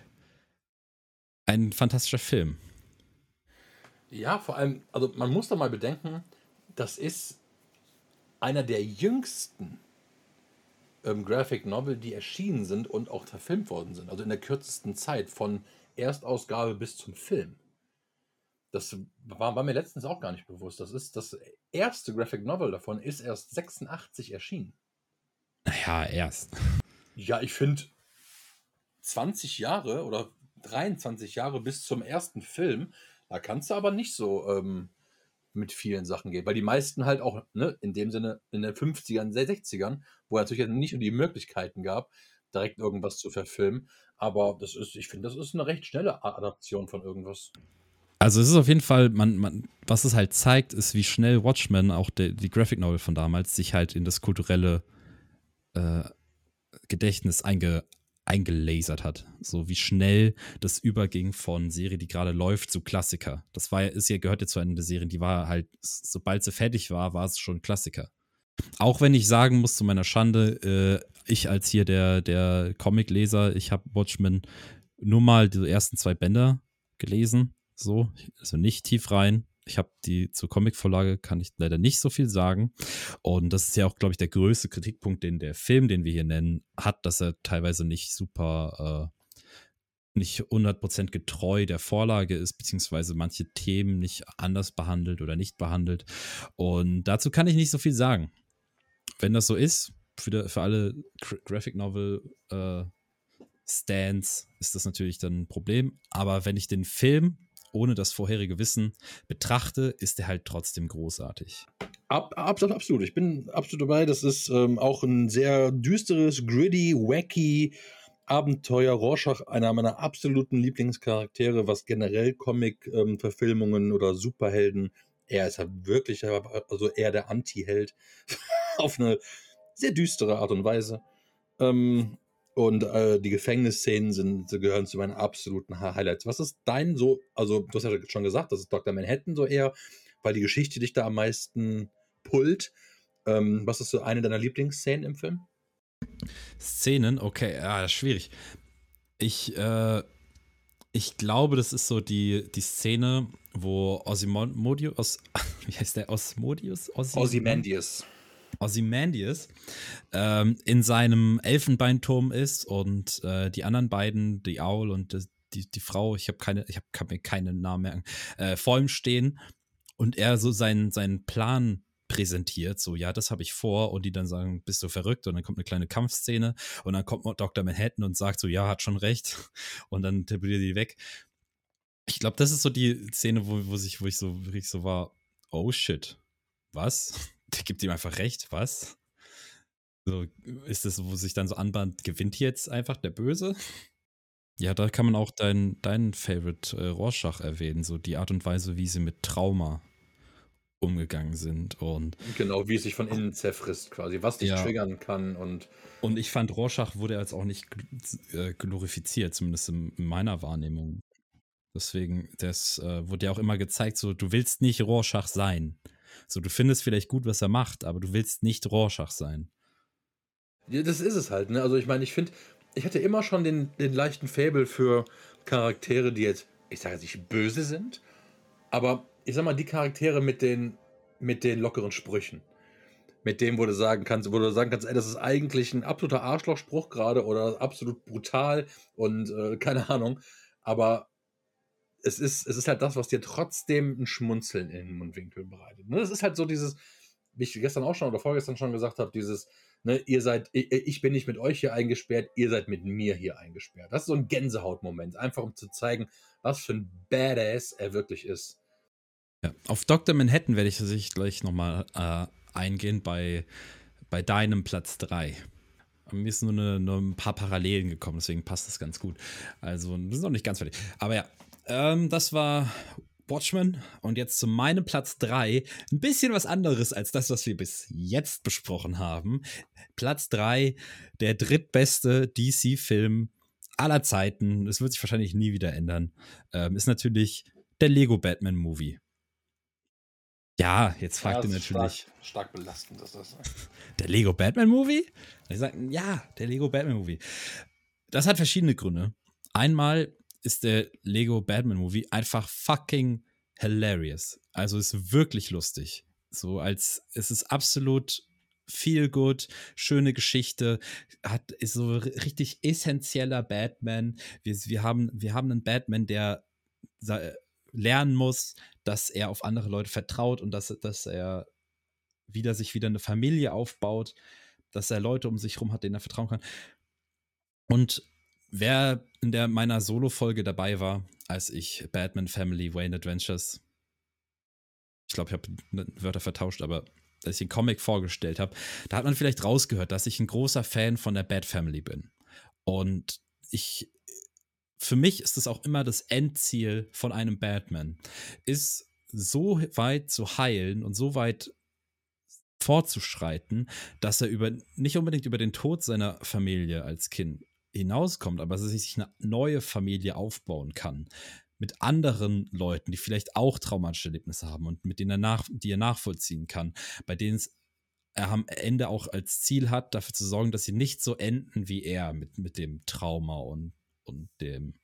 ein fantastischer Film. Ja, vor allem, also man muss da mal bedenken, das ist einer der jüngsten ähm, Graphic Novel, die erschienen sind und auch verfilmt worden sind. Also in der kürzesten Zeit, von Erstausgabe bis zum Film. Das war, war mir letztens auch gar nicht bewusst. Das ist das erste Graphic Novel davon, ist erst sechsundachtzig erschienen. Naja, erst. Ja, ich finde zwanzig Jahre oder dreiundzwanzig Jahre bis zum ersten Film, da kannst du aber nicht so ähm, mit vielen Sachen gehen. Weil die meisten halt auch, ne, in dem Sinne in den fünfzigern, sechzigern, wo es natürlich nicht nur die Möglichkeiten gab, direkt irgendwas zu verfilmen. Aber das ist, ich finde, das ist eine recht schnelle Adaption von irgendwas. Also es ist auf jeden Fall, man, man, was es halt zeigt, ist, wie schnell Watchmen, auch die, die Graphic Novel von damals, sich halt in das kulturelle äh, Gedächtnis einge, eingelasert hat. So wie schnell das überging von Serie, die gerade läuft, zu Klassiker. Das war ja, ist ja, gehört ja zu einer der Serien, die war halt, sobald sie fertig war, war es schon Klassiker. Auch wenn ich sagen muss, zu meiner Schande, äh, ich als hier der, der Comic-Leser, ich habe Watchmen nur mal die ersten zwei Bänder gelesen. So, also nicht tief rein. Ich habe die zur Comicvorlage, kann ich leider nicht so viel sagen. Und das ist ja auch, glaube ich, der größte Kritikpunkt, den der Film, den wir hier nennen, hat, dass er teilweise nicht super, äh, nicht hundert Prozent getreu der Vorlage ist, beziehungsweise manche Themen nicht anders behandelt oder nicht behandelt. Und dazu kann ich nicht so viel sagen. Wenn das so ist, für, die, für alle Graphic Novel äh, Stands ist das natürlich dann ein Problem. Aber wenn ich den Film ohne das vorherige Wissen betrachte, ist der halt trotzdem großartig. Ab, absolut, absolut. Ich bin absolut dabei. Das ist ähm, auch ein sehr düsteres, gritty, wacky Abenteuer. Rorschach, einer meiner absoluten Lieblingscharaktere, was generell Comic-Verfilmungen ähm, oder Superhelden. Er ist halt wirklich, also eher der Anti-Held auf eine sehr düstere Art und Weise. Ähm, und äh, die Gefängnisszenen sind, gehören zu meinen absoluten Highlights. Was ist dein so, also du hast ja schon gesagt, das ist Doktor Manhattan so eher, weil die Geschichte dich da am meisten pullt. Ähm, was ist so eine deiner Lieblingsszenen im Film? Szenen, okay, ja, schwierig. Ich, äh, ich glaube, das ist so die, die Szene, wo Ozymandias, Os, wie heißt der? Osmodius? Ozymandias. Ozymandias ähm, in seinem Elfenbeinturm ist und äh, die anderen beiden, die Owl und die, die Frau, ich habe keine, ich hab, kann mir keinen Namen merken, äh, vor ihm stehen und er so seinen, seinen Plan präsentiert, so, ja, das habe ich vor, und die dann sagen, bist du verrückt, und dann kommt eine kleine Kampfszene und dann kommt Doktor Manhattan und sagt so, ja, hat schon recht, und dann teleportiert die weg. Ich glaube, das ist so die Szene, wo, wo, sich, wo ich so wirklich so war, oh shit, was? Der gibt ihm einfach recht, was? So, ist das, wo sich dann so anbahnt, gewinnt jetzt einfach der Böse? Ja, da kann man auch deinen dein Favorite äh, Rorschach erwähnen, so die Art und Weise, wie sie mit Trauma umgegangen sind. Und genau, wie es sich von innen zerfrisst quasi, was dich ja, triggern kann. Und, und ich fand, Rorschach wurde jetzt auch nicht äh, glorifiziert, zumindest in, in meiner Wahrnehmung. Deswegen, das äh, wurde ja auch immer gezeigt, so, du willst nicht Rorschach sein. So, du findest vielleicht gut, was er macht, aber du willst nicht Rorschach sein. ja, das ist es halt, ne? Also ich meine, ich finde, ich hatte immer schon den, den leichten Faible für Charaktere, die jetzt, ich sage jetzt nicht böse sind, aber ich sag mal, die Charaktere mit den, mit den lockeren Sprüchen. Mit dem, wo du sagen kannst, wo du sagen kannst, ey, das ist eigentlich ein absoluter Arschlochspruch gerade oder absolut brutal und äh, keine Ahnung. Aber es ist, es ist halt das, was dir trotzdem ein Schmunzeln in den Mundwinkel bereitet. Ne? Das ist halt so dieses, wie ich gestern auch schon oder vorgestern schon gesagt habe, dieses, ne, ihr seid, ich, ich bin nicht mit euch hier eingesperrt, ihr seid mit mir hier eingesperrt. Das ist so ein Gänsehautmoment, einfach um zu zeigen, was für ein Badass er wirklich ist. Ja, auf Doktor Manhattan werde ich tatsächlich gleich nochmal äh, eingehen bei, bei deinem Platz drei. Mir ist nur, eine, nur ein paar Parallelen gekommen, deswegen passt das ganz gut. Also, wir sind noch nicht ganz fertig. Aber ja, ähm, das war Watchmen. Und jetzt zu meinem Platz drei. Ein bisschen was anderes als das, was wir bis jetzt besprochen haben. Platz drei, der drittbeste D C-Film aller Zeiten. Das wird sich wahrscheinlich nie wieder ändern. Ähm, ist natürlich der Lego Batman Movie. Ja, jetzt fragt ja, ihr natürlich. Stark, stark belastend ist das. Der Lego Batman Movie? Ich sage, ja, der Lego Batman Movie. Das hat verschiedene Gründe. Einmal ist der Lego Batman Movie einfach fucking hilarious. Also ist wirklich lustig. So als, es ist absolut feel good, schöne Geschichte, hat, ist so richtig essentieller Batman. Wir, wir, haben, wir haben einen Batman, der lernen muss, dass er auf andere Leute vertraut und dass, dass er wieder sich wieder eine Familie aufbaut, dass er Leute um sich herum hat, denen er vertrauen kann. Und wer in der meiner Solo-Folge dabei war, als ich Batman Family Wayne Adventures, ich glaube, ich habe Wörter vertauscht, aber als ich den Comic vorgestellt habe, da hat man vielleicht rausgehört, dass ich ein großer Fan von der Bat Family bin. Und ich, für mich ist es auch immer das Endziel von einem Batman, ist so weit zu heilen und so weit fortzuschreiten, dass er über nicht unbedingt über den Tod seiner Familie als Kind hinauskommt, aber dass er sich eine neue Familie aufbauen kann. Mit anderen Leuten, die vielleicht auch traumatische Erlebnisse haben und mit denen er nach, die er nachvollziehen kann, bei denen es er am Ende auch als Ziel hat, dafür zu sorgen, dass sie nicht so enden wie er mit, mit dem Trauma und, und dem,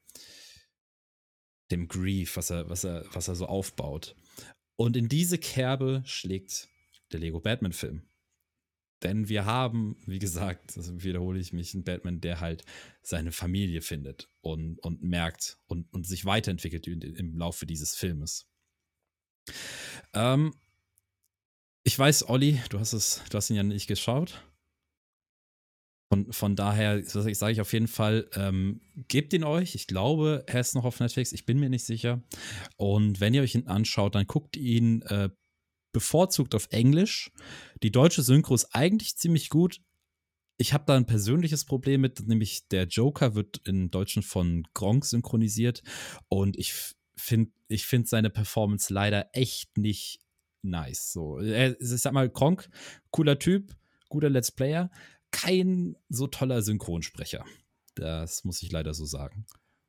dem Grief, was er, was, er, was er so aufbaut. Und in diese Kerbe schlägt der Lego Batman-Film. Denn wir haben, wie gesagt, also wiederhole ich mich, einen Batman, der halt seine Familie findet und, und merkt und, und sich weiterentwickelt im Laufe dieses Filmes. Ähm, ich weiß, Olli, du hast es, du hast ihn ja nicht geschaut. Von, von daher sage ich auf jeden Fall, ähm, gebt ihn euch. Ich glaube, er ist noch auf Netflix. Ich bin mir nicht sicher. Und wenn ihr euch ihn anschaut, dann guckt ihn äh, bevorzugt auf Englisch. Die deutsche Synchro ist eigentlich ziemlich gut. Ich habe da ein persönliches Problem mit, nämlich der Joker wird im Deutschen von Gronkh synchronisiert. Und ich finde ich find seine Performance leider echt nicht nice. So, er, ich sag mal, Gronkh, cooler Typ, guter Let's Player, kein so toller Synchronsprecher. Das muss ich leider so sagen.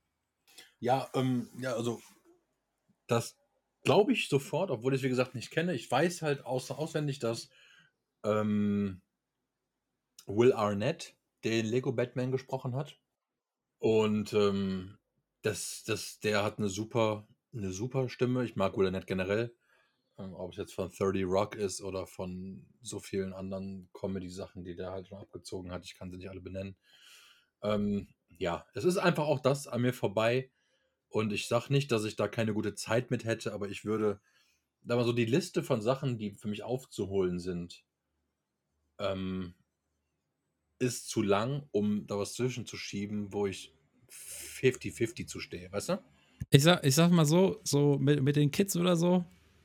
Ja, ähm, ja, also das glaube ich sofort, obwohl ich es wie gesagt nicht kenne. Ich weiß halt aus, auswendig, dass ähm, Will Arnett den Lego Batman gesprochen hat. Und ähm, das, das, der hat eine super, eine super Stimme. Ich mag Will Arnett generell. Ähm, ob es jetzt von thirty Rock ist oder von so vielen anderen Comedy-Sachen, die der halt schon abgezogen hat. Ich kann sie nicht alle benennen. Ähm, ja, es ist einfach auch das an mir vorbei. Und ich sage nicht, dass ich da keine gute Zeit mit hätte, aber ich würde, da mal so die Liste von Sachen, die für mich aufzuholen sind, ähm, ist zu lang, um da was zwischenzuschieben, wo ich fifty fifty zu stehe, weißt du? Ich sag, ich sag mal so, so mit, mit den Kids oder so.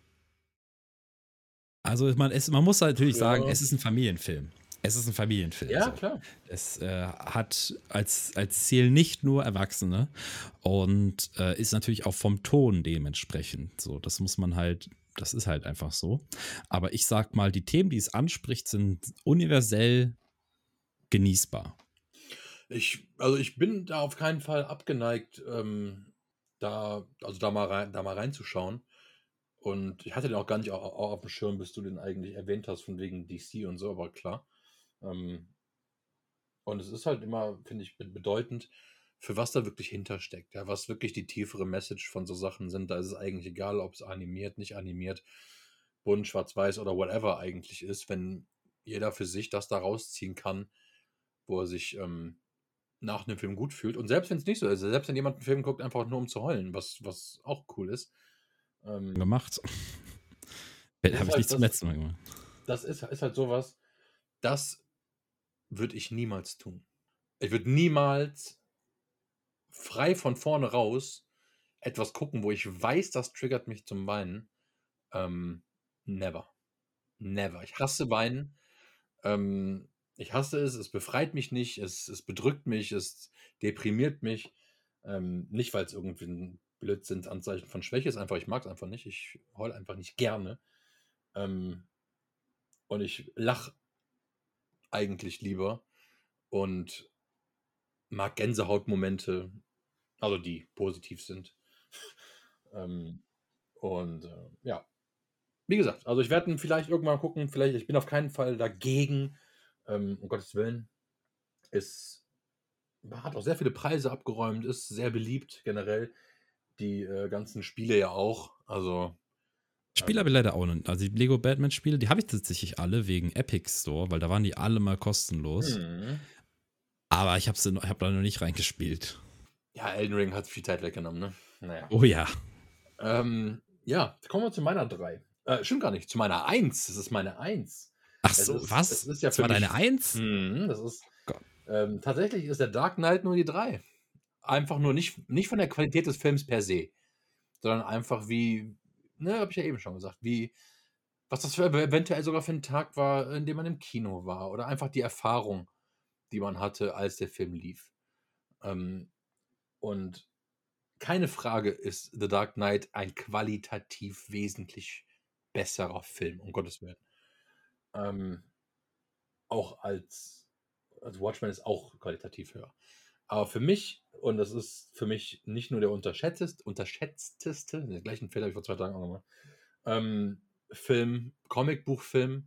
Also man, es, man muss natürlich sagen, Ja, es ist ein Familienfilm. Es ist ein Familienfilm. ja So. klar. Es äh, hat als, als Ziel nicht nur Erwachsene und äh, ist natürlich auch vom Ton dementsprechend. So, das muss man halt, das ist halt einfach so. Aber ich sag mal, die Themen, die es anspricht, sind universell genießbar. Ich, also ich bin da auf keinen Fall abgeneigt, ähm, da, also da mal rein, da mal reinzuschauen. Und ich hatte den auch gar nicht au- au- auf dem Schirm, bis du den eigentlich erwähnt hast, von wegen D C und so, aber klar. Ähm, und es ist halt immer, finde ich, be- bedeutend, für was da wirklich hintersteckt. Ja, was wirklich die tiefere Message von so Sachen sind. Da ist es eigentlich egal, ob es animiert, nicht animiert, bunt, schwarz-weiß oder whatever eigentlich ist, wenn jeder für sich das da rausziehen kann, wo er sich ähm, nach einem Film gut fühlt. Und selbst wenn es nicht so ist, selbst wenn jemand einen Film guckt, einfach nur um zu heulen, was, was auch cool ist. Ähm, Gemacht. das ist Habe ich halt nicht zum das, letzten Mal gemacht. das ist, ist halt sowas, das würde ich niemals tun. Ich würde niemals frei von vorne raus etwas gucken, wo ich weiß, das triggert mich zum Weinen. Ähm, never. Never. Ich hasse Weinen. Ähm, ich hasse es, es befreit mich nicht, es, es bedrückt mich, es deprimiert mich. Ähm, nicht, weil es irgendwie ein Blödsinnsanzeichen von Schwäche ist, einfach, ich mag es einfach nicht. Ich heule einfach nicht gerne. Ähm, und ich lache eigentlich lieber und mag Gänsehautmomente, also die positiv sind. ähm, und äh, ja, wie gesagt, also ich werde ihn vielleicht irgendwann gucken, vielleicht, ich bin auf keinen Fall dagegen, ähm, um Gottes Willen. Es hat auch sehr viele Preise abgeräumt, ist sehr beliebt generell. Die äh, ganzen Spiele ja auch. Also, Spiele habe ähm, ich leider auch nicht. Also die Lego Batman Spiele, die habe ich tatsächlich alle wegen Epic Store, weil da waren die alle mal kostenlos. hm. Aber ich habe hab da noch nicht reingespielt. Ja, Elden Ring hat viel Zeit weggenommen, ne? Naja. Oh ja. Ähm, ja, kommen wir zu meiner drei. Äh, stimmt gar nicht, zu meiner eins. Das ist meine eins. Ach Es so, ist, es was? ist ja Das für war mich. deine Eins? Hm, das ist. Gott. Ähm, tatsächlich ist der Dark Knight nur die drei. Einfach nur nicht, nicht von der Qualität des Films per se, sondern einfach wie, ne, habe ich ja eben schon gesagt, wie, was das für eventuell sogar für ein Tag war, in dem man im Kino war oder einfach die Erfahrung, die man hatte, als der Film lief. Ähm, und keine Frage ist The Dark Knight ein qualitativ wesentlich besserer Film, um Gottes Willen. Ähm, auch als, also Watchmen ist auch qualitativ höher. Aber für mich, und das ist für mich nicht nur der unterschätzteste, unterschätzteste, den gleichen Fehler habe ich vor zwei Tagen auch nochmal, ähm, Film, Comicbuchfilm,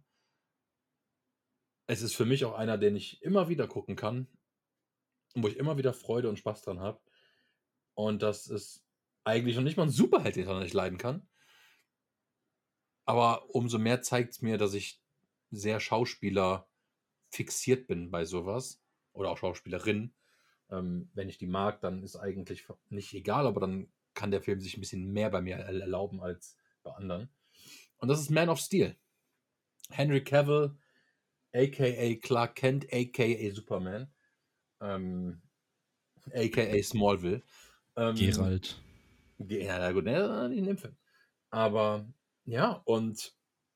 es ist für mich auch einer, den ich immer wieder gucken kann und wo ich immer wieder Freude und Spaß dran habe. Und das ist eigentlich noch nicht mal ein Superheld, den ich noch nicht leiden kann. Aber umso mehr zeigt es mir, dass ich sehr Schauspieler fixiert bin bei sowas. Oder auch Schauspielerin. Ähm, wenn ich die mag, dann ist eigentlich nicht egal, aber dann kann der Film sich ein bisschen mehr bei mir erlauben als bei anderen. Und das ist Man of Steel. Henry Cavill, aka Clark Kent, aka Superman, ähm, aka Smallville. Ähm, Geralt. Ja, na gut, ne, in dem Film. Aber ja, und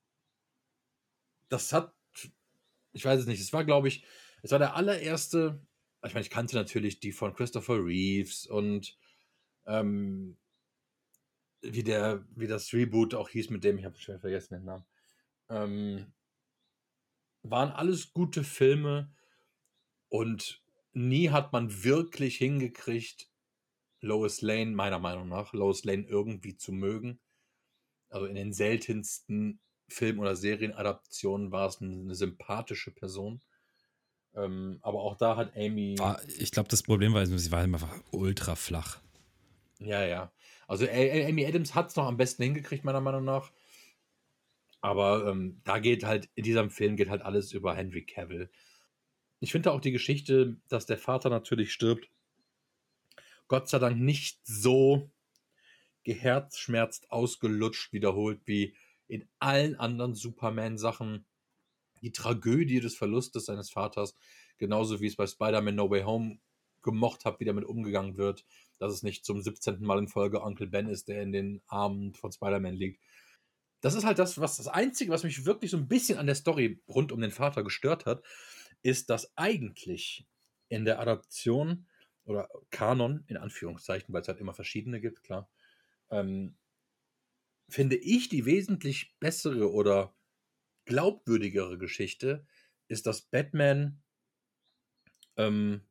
das hat, ich weiß es nicht, es war, glaube ich, es war der allererste, ich meine, ich kannte natürlich die von Christopher Reeves und ähm, wie der, wie das Reboot auch hieß mit dem, ich habe schwer vergessen den Namen. Ähm, waren alles gute Filme und nie hat man wirklich hingekriegt, Lois Lane, meiner Meinung nach, Lois Lane irgendwie zu mögen. Also in den seltensten Film- oder Serienadaptionen war es eine, eine sympathische Person. Ähm, aber auch da hat Amy. War, ich glaube, das Problem war, sie war einfach ultra flach. Ja, ja. Also A- Amy Adams hat es noch am besten hingekriegt, meiner Meinung nach. Aber ähm, da geht halt, in diesem Film geht halt alles über Henry Cavill. Ich finde auch die Geschichte, dass der Vater natürlich stirbt, Gott sei Dank nicht so geherzschmerzt ausgelutscht wiederholt wie in allen anderen Superman-Sachen. Die Tragödie des Verlustes seines Vaters, genauso wie es bei Spider-Man No Way Home gemocht habe, wie damit umgegangen wird, dass es nicht zum siebzehnten Mal in Folge Onkel Ben ist, der in den Armen von Spider-Man liegt. Das ist halt das, was das Einzige, was mich wirklich so ein bisschen an der Story rund um den Vater gestört hat, ist, dass eigentlich in der Adaption oder Kanon, in Anführungszeichen, weil es halt immer verschiedene gibt, klar, ähm, finde ich die wesentlich bessere oder glaubwürdigere Geschichte ist, dass Batman ähm,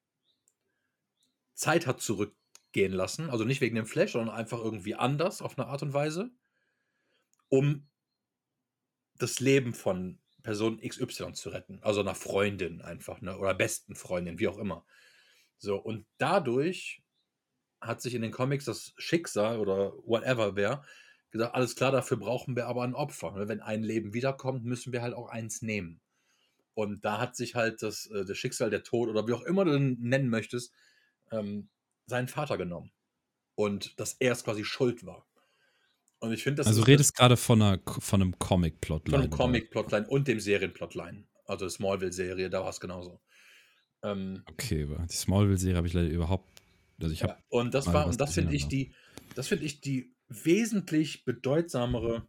Zeit hat zurückgehen lassen, also nicht wegen dem Flash, sondern einfach irgendwie anders auf eine Art und Weise, um das Leben von Person X Y zu retten, also einer Freundin einfach, ne, oder besten Freundin, wie auch immer. So, und dadurch hat sich in den Comics das Schicksal oder whatever wer gesagt, alles klar, dafür brauchen wir aber ein Opfer. Ne? Wenn ein Leben wiederkommt, müssen wir halt auch eins nehmen. Und da hat sich halt das, äh, das Schicksal, der Tod oder wie auch immer du den nennen möchtest, ähm, seinen Vater genommen. Und dass er es quasi schuld war. Und ich finde, das Also ist redest gerade von, einer, von einem Comic-Plotline. von einem Comic-Plotline und dem Serien-Plotline. Also Smallville-Serie, da war es genauso. Ähm, okay, die Smallville-Serie habe ich leider überhaupt. Also ich ja, habe und das mal war, was und das gesehen, finde ich aber- die, das finde ich die wesentlich bedeutsamere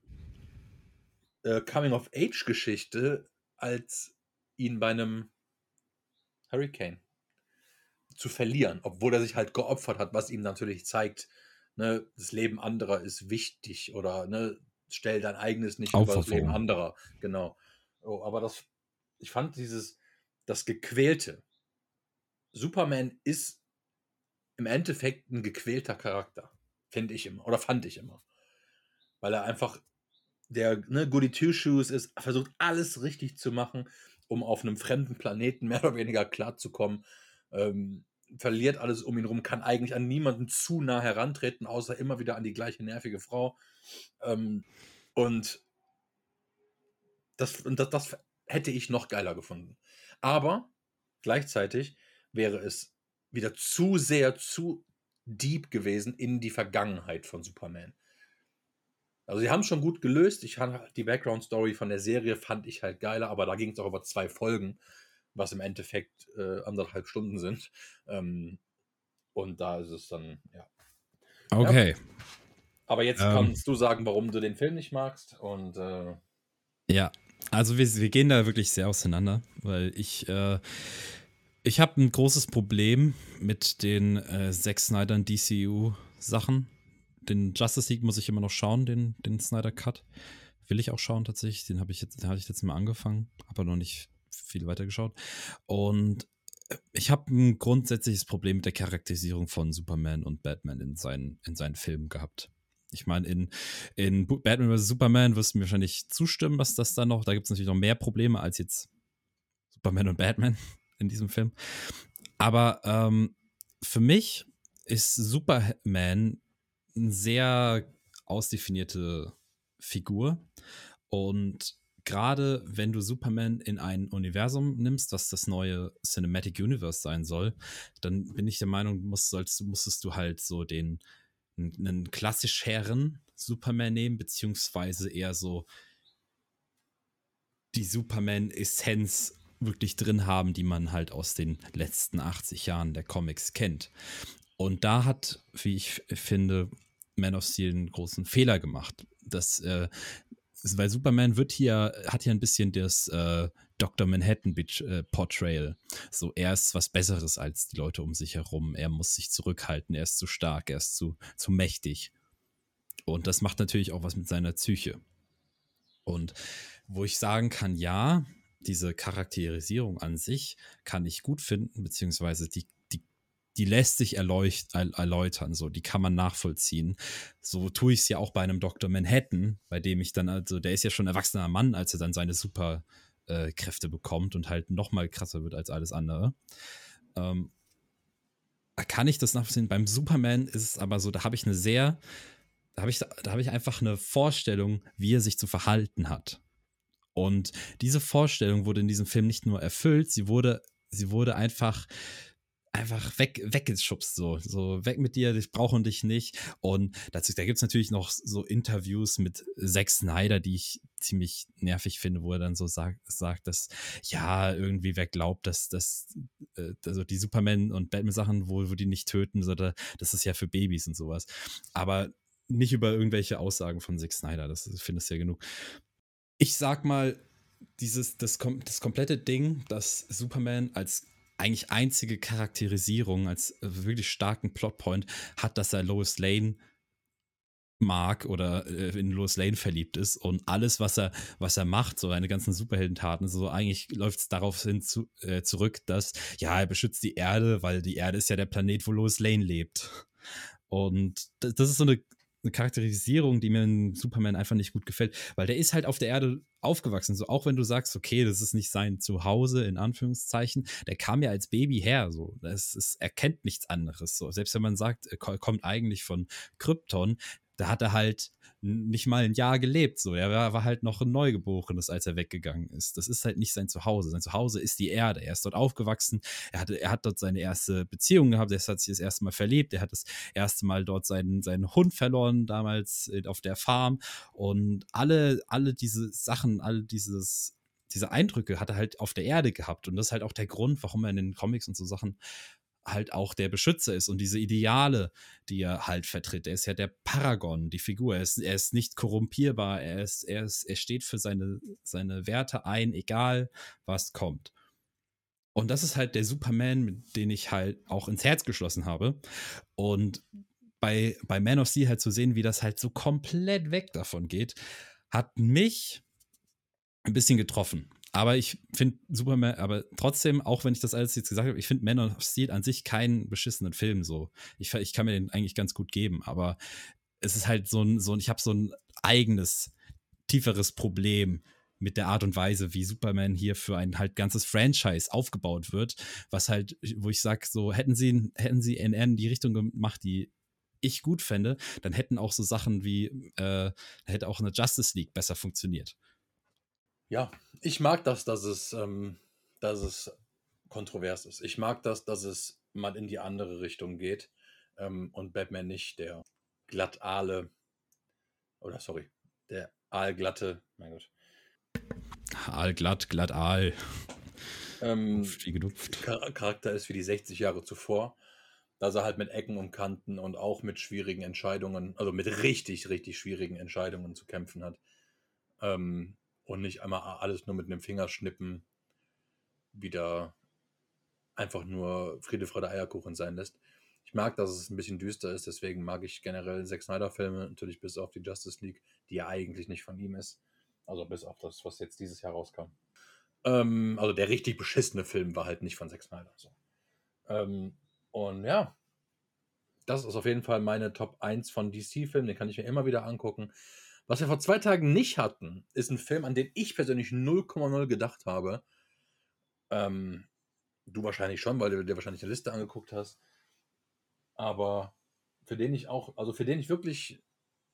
äh, Coming-of-Age-Geschichte, als ihn bei einem Hurricane zu verlieren, obwohl er sich halt geopfert hat, was ihm natürlich zeigt, ne, das Leben anderer ist wichtig oder ne, stell dein eigenes nicht über das Leben Aufopferung. anderer. Genau. Oh, aber das, ich fand dieses, das Gequälte. Superman ist im Endeffekt ein gequälter Charakter, finde ich immer, oder fand ich immer. Weil er einfach der ne, Goody Two-Shoes ist, versucht alles richtig zu machen, um auf einem fremden Planeten mehr oder weniger klarzukommen. Ähm, verliert alles um ihn rum, kann eigentlich an niemanden zu nah herantreten, außer immer wieder an die gleiche nervige Frau. Ähm, und das, und das, das hätte ich noch geiler gefunden. Aber gleichzeitig wäre es wieder zu sehr, zu deep gewesen in die Vergangenheit von Superman. Also sie haben es schon gut gelöst. Ich fand die Background-Story von der Serie fand ich halt geiler, aber da ging es auch über zwei Folgen, was im Endeffekt äh, anderthalb Stunden sind. Ähm, und da ist es dann, ja. Okay. Ja. Aber jetzt Ähm. kannst du sagen, warum du den Film nicht magst. Und äh, Ja, also wir, wir gehen da wirklich sehr auseinander, weil ich, äh, Ich habe ein großes Problem mit den äh, Zack Snyder D C U-Sachen. Den Justice League muss ich immer noch schauen, den, den Snyder Cut. Will ich auch schauen tatsächlich. Den habe ich jetzt, den hatte ich jetzt mal angefangen, aber noch nicht viel weiter geschaut. Und äh, ich habe ein grundsätzliches Problem mit der Charakterisierung von Superman und Batman in seinen, in seinen Filmen gehabt. Ich meine, in, in Batman versus. Superman wirst du mir wahrscheinlich zustimmen, was das da noch, da gibt es natürlich noch mehr Probleme als jetzt Superman und Batman in diesem Film. Aber ähm, für mich ist Superman eine sehr ausdefinierte Figur. Und gerade wenn du Superman in ein Universum nimmst, was das neue Cinematic Universe sein soll, dann bin ich der Meinung, musst, sollst, musstest du halt so den einen klassischeren Superman nehmen, beziehungsweise eher so die Superman-Essenz wirklich drin haben, die man halt aus den letzten achtzig Jahren der Comics kennt. Und da hat, wie ich finde, Man of Steel einen großen Fehler gemacht. Das, äh, weil Superman wird hier, hat hier ein bisschen das äh, Doktor Manhattan-Portrayal. So, er ist was Besseres als die Leute um sich herum. Er muss sich zurückhalten, er ist zu stark, er ist zu, zu mächtig. Und das macht natürlich auch was mit seiner Psyche. Und wo ich sagen kann, ja, diese Charakterisierung an sich kann ich gut finden, beziehungsweise die, die, die lässt sich erleucht, erläutern, so, die kann man nachvollziehen. So tue ich es ja auch bei einem Doktor Manhattan, bei dem ich dann, also der ist ja schon ein erwachsener Mann, als er dann seine Superkräfte äh, bekommt und halt noch mal krasser wird als alles andere. Ähm, kann ich das nachvollziehen? Beim Superman ist es aber so, da habe ich eine sehr, da habe ich, da habe ich einfach eine Vorstellung, wie er sich zu verhalten hat. Und diese Vorstellung wurde in diesem Film nicht nur erfüllt, sie wurde, sie wurde einfach, einfach weg, weggeschubst, so, so weg mit dir, ich brauche dich nicht. Und dazu, da gibt es natürlich noch so Interviews mit Zack Snyder, die ich ziemlich nervig finde, wo er dann so sagt, sagt dass, ja, irgendwie wer glaubt, dass, dass äh, also die Superman- und Batman-Sachen, wo, wo die nicht töten, so, da, das ist ja für Babys und sowas. Aber nicht über irgendwelche Aussagen von Zack Snyder, das findest du ja genug. Ich sag mal, dieses, das, das komplette Ding, dass Superman als eigentlich einzige Charakterisierung, als wirklich starken Plotpoint hat, dass er Lois Lane mag oder äh, in Lois Lane verliebt ist und alles, was er, was er macht, so seine ganzen Superheldentaten, so eigentlich läuft es darauf hin zu, äh, zurück, dass, ja, er beschützt die Erde, weil die Erde ist ja der Planet, wo Lois Lane lebt. Und das, das ist so eine eine Charakterisierung, die mir in Superman einfach nicht gut gefällt, weil der ist halt auf der Erde aufgewachsen, so auch wenn du sagst, okay, das ist nicht sein Zuhause, in Anführungszeichen, der kam ja als Baby her, so, das ist, er kennt nichts anderes, so, selbst wenn man sagt, er kommt eigentlich von Krypton, da hat er halt nicht mal ein Jahr gelebt, so, er war, war halt noch ein Neugeborenes, als er weggegangen ist, das ist halt nicht sein Zuhause, sein Zuhause ist die Erde, er ist dort aufgewachsen, er, hatte, er hat dort seine erste Beziehung gehabt, er hat sich das erste Mal verliebt, er hat das erste Mal dort seinen, seinen Hund verloren, damals auf der Farm, und alle, alle diese Sachen, alle dieses, diese Eindrücke hat er halt auf der Erde gehabt, und das ist halt auch der Grund, warum er in den Comics und so Sachen halt auch der Beschützer ist und diese Ideale, die er halt vertritt. Er ist ja der Paragon, die Figur. Er ist, er ist nicht korrumpierbar. Er, ist, er, ist, er steht für seine, seine Werte ein, egal was kommt. Und das ist halt der Superman, mit dem ich halt auch ins Herz geschlossen habe. Und bei, bei Man of Steel halt zu sehen, wie das halt so komplett weg davon geht, hat mich ein bisschen getroffen. Aber ich finde Superman, aber trotzdem, auch wenn ich das alles jetzt gesagt habe, ich finde Man of Steel an sich keinen beschissenen Film so. Ich, ich kann mir den eigentlich ganz gut geben, aber es ist halt so ein, so ein ich habe so ein eigenes, tieferes Problem mit der Art und Weise, wie Superman hier für ein halt ganzes Franchise aufgebaut wird, was halt, wo ich sage, so hätten sie, hätten sie N N in die Richtung gemacht, die ich gut fände, dann hätten auch so Sachen wie, äh, hätte auch eine Justice League besser funktioniert. Ja, ich mag das, dass es, ähm, dass es kontrovers ist. Ich mag das, dass es mal in die andere Richtung geht ähm, und Batman nicht der glattale, oder sorry, der aalglatte, mein Gott, Aalglatt, glattaal. ähm, Wie gedupft. Char- Charakter ist wie die sechzig Jahre zuvor, dass er halt mit Ecken und Kanten und auch mit schwierigen Entscheidungen, also mit richtig, richtig schwierigen Entscheidungen zu kämpfen hat. Ähm, und nicht einmal alles nur mit einem Fingerschnippen wieder einfach nur Friede, Freude, Eierkuchen sein lässt. Ich mag, dass es ein bisschen düster ist, deswegen mag ich generell Zack Snyder-Filme, natürlich bis auf die Justice League, die ja eigentlich nicht von ihm ist. Also bis auf das, was jetzt dieses Jahr rauskam. Ähm, also der richtig beschissene Film war halt nicht von Zack Snyder. So. Ähm, und ja, das ist auf jeden Fall meine Top eins von D C-Filmen, den kann ich mir immer wieder angucken. Was wir vor zwei Tagen nicht hatten, ist ein Film, an den ich persönlich null Komma null gedacht habe. Ähm, du wahrscheinlich schon, weil du dir wahrscheinlich eine Liste angeguckt hast. Aber für den ich auch, also für den ich wirklich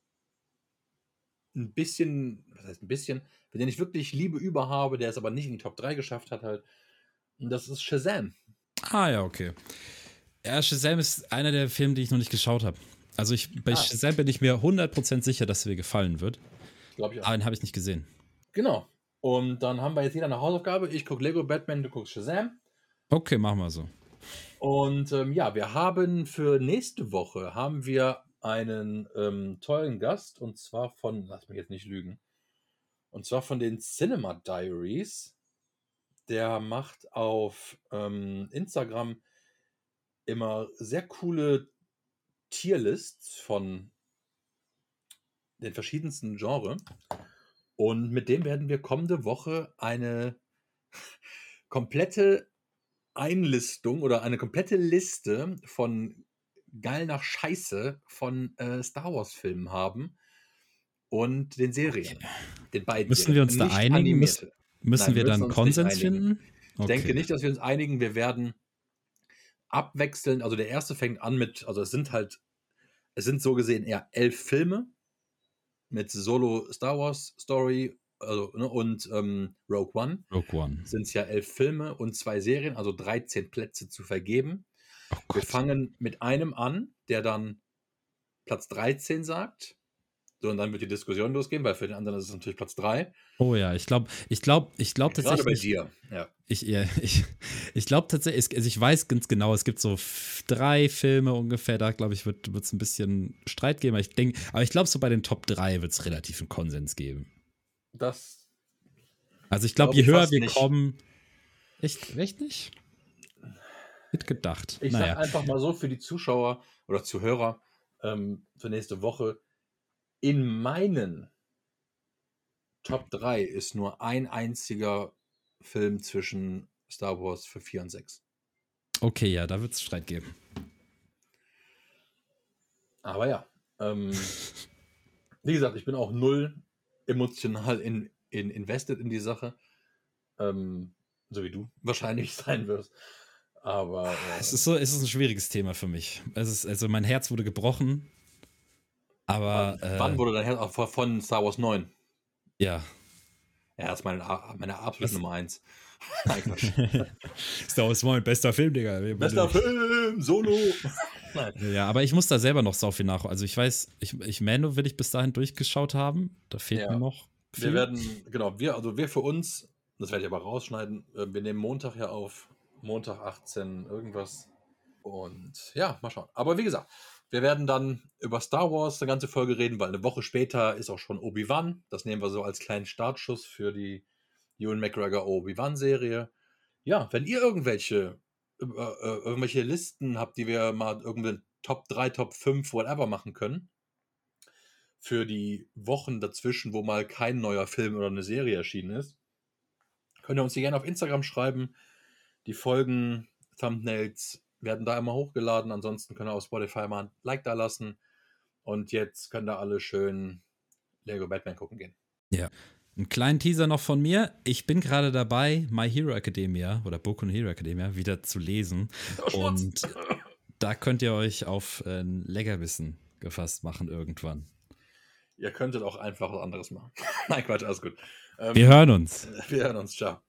ein bisschen, was heißt ein bisschen, für den ich wirklich Liebe über habe, der es aber nicht in die Top drei geschafft hat halt. Und das ist Shazam. Ah ja, okay. Ja, Shazam ist einer der Filme, die ich noch nicht geschaut habe. Also ich, bei Ah. Shazam bin ich mir hundert Prozent sicher, dass er mir gefallen wird. Glaube ich auch. Aber den habe ich nicht gesehen. Genau. Und dann haben wir jetzt jeder eine Hausaufgabe. Ich gucke Lego Batman, du guckst Shazam. Okay, machen wir so. Und ähm, ja, wir haben für nächste Woche haben wir einen ähm, tollen Gast und zwar von, lass mich jetzt nicht lügen, und zwar von den Cinema Diaries. Der macht auf ähm, Instagram immer sehr coole Tierlists von den verschiedensten Genres. Und mit dem werden wir kommende Woche eine komplette Einlistung oder eine komplette Liste von geil nach Scheiße von äh, Star Wars Filmen haben und den Serien. Okay. Den beiden Müssen Serien. wir uns da Nicht einigen? Müssen, animierte. müssen Nein, wir wir müssen dann uns nicht Konsens einigen. finden? Ich denke nicht, dass wir uns einigen. Wir werden abwechseln. Also der erste fängt an mit, also es sind halt, es sind so gesehen eher elf Filme mit Solo Star Wars Story, also, ne, und ähm, Rogue One. Rogue One. Sind es ja elf Filme und zwei Serien, also dreizehn Plätze zu vergeben. Oh Wir Gott. fangen mit einem an, der dann Platz dreizehn sagt. So, und dann wird die Diskussion losgehen, weil für den anderen ist es natürlich Platz drei. Oh ja, ich glaube, ich glaube, ich glaube Gerade bei tatsächlich. dir, ja. Ich, ja, ich, ich glaube tatsächlich, es- also ich weiß ganz genau, es gibt so f- drei Filme ungefähr, da glaube ich, wird es ein bisschen Streit geben. Aber ich denke, aber ich glaube, so bei den Top drei wird es relativ einen Konsens geben. Das Also ich glaube, Glaub je ich höher fast wir nicht. kommen. Echt, echt nicht? Hätte gedacht. Ich naja. sag einfach mal so für die Zuschauer oder Zuhörer ähm, für nächste Woche. In meinen Top drei ist nur ein einziger Film zwischen Star Wars für vier und sechs. Okay, ja, da wird es Streit geben. Aber ja, ähm, wie gesagt, ich bin auch null emotional in, in invested in die Sache. Ähm, so wie du wahrscheinlich sein wirst. Aber äh, Es ist so, es ist ein schwieriges Thema für mich. Es ist, also mein Herz wurde gebrochen. Aber wann, wann äh, wurde dein Herz auch von- von Star Wars neun? ja. Ja, das ist meine, meine absolute Was? Nummer eins. Nein, Quatsch. Star Wars mein bester Film, Digga. Bester Film, Solo. Nein. Ja, aber ich muss da selber noch sau viel nach. Also ich weiß, ich, ich Mando will ich bis dahin durchgeschaut haben. Da fehlt Ja. mir noch Wir viel. werden, genau, wir, also wir für uns, das werde ich aber rausschneiden, äh, wir nehmen Montag ja auf, Montag achtzehn irgendwas. Und ja, mal schauen. Aber wie gesagt, wir werden dann über Star Wars eine ganze Folge reden, weil eine Woche später ist auch schon Obi-Wan. Das nehmen wir so als kleinen Startschuss für die Ewan McGregor Obi-Wan-Serie. Ja, wenn ihr irgendwelche, äh, äh, irgendwelche Listen habt, die wir mal irgendwie Top drei, Top fünf, whatever machen können, für die Wochen dazwischen, wo mal kein neuer Film oder eine Serie erschienen ist, könnt ihr uns die gerne auf Instagram schreiben. Die Folgen, Thumbnails werden da immer hochgeladen. Ansonsten könnt ihr auf Spotify mal ein Like da lassen. Und jetzt könnt ihr alle schön Lego Batman gucken gehen. Ja. Einen kleinen Teaser noch von mir. Ich bin gerade dabei, My Hero Academia oder Boku no Hero Academia wieder zu lesen. Und da könnt ihr euch auf äh, ein Leckerbissen gefasst machen irgendwann. Ihr könntet auch einfach was anderes machen. Nein, Quatsch, alles gut. Ähm, Wir hören uns. wir hören uns. Ciao.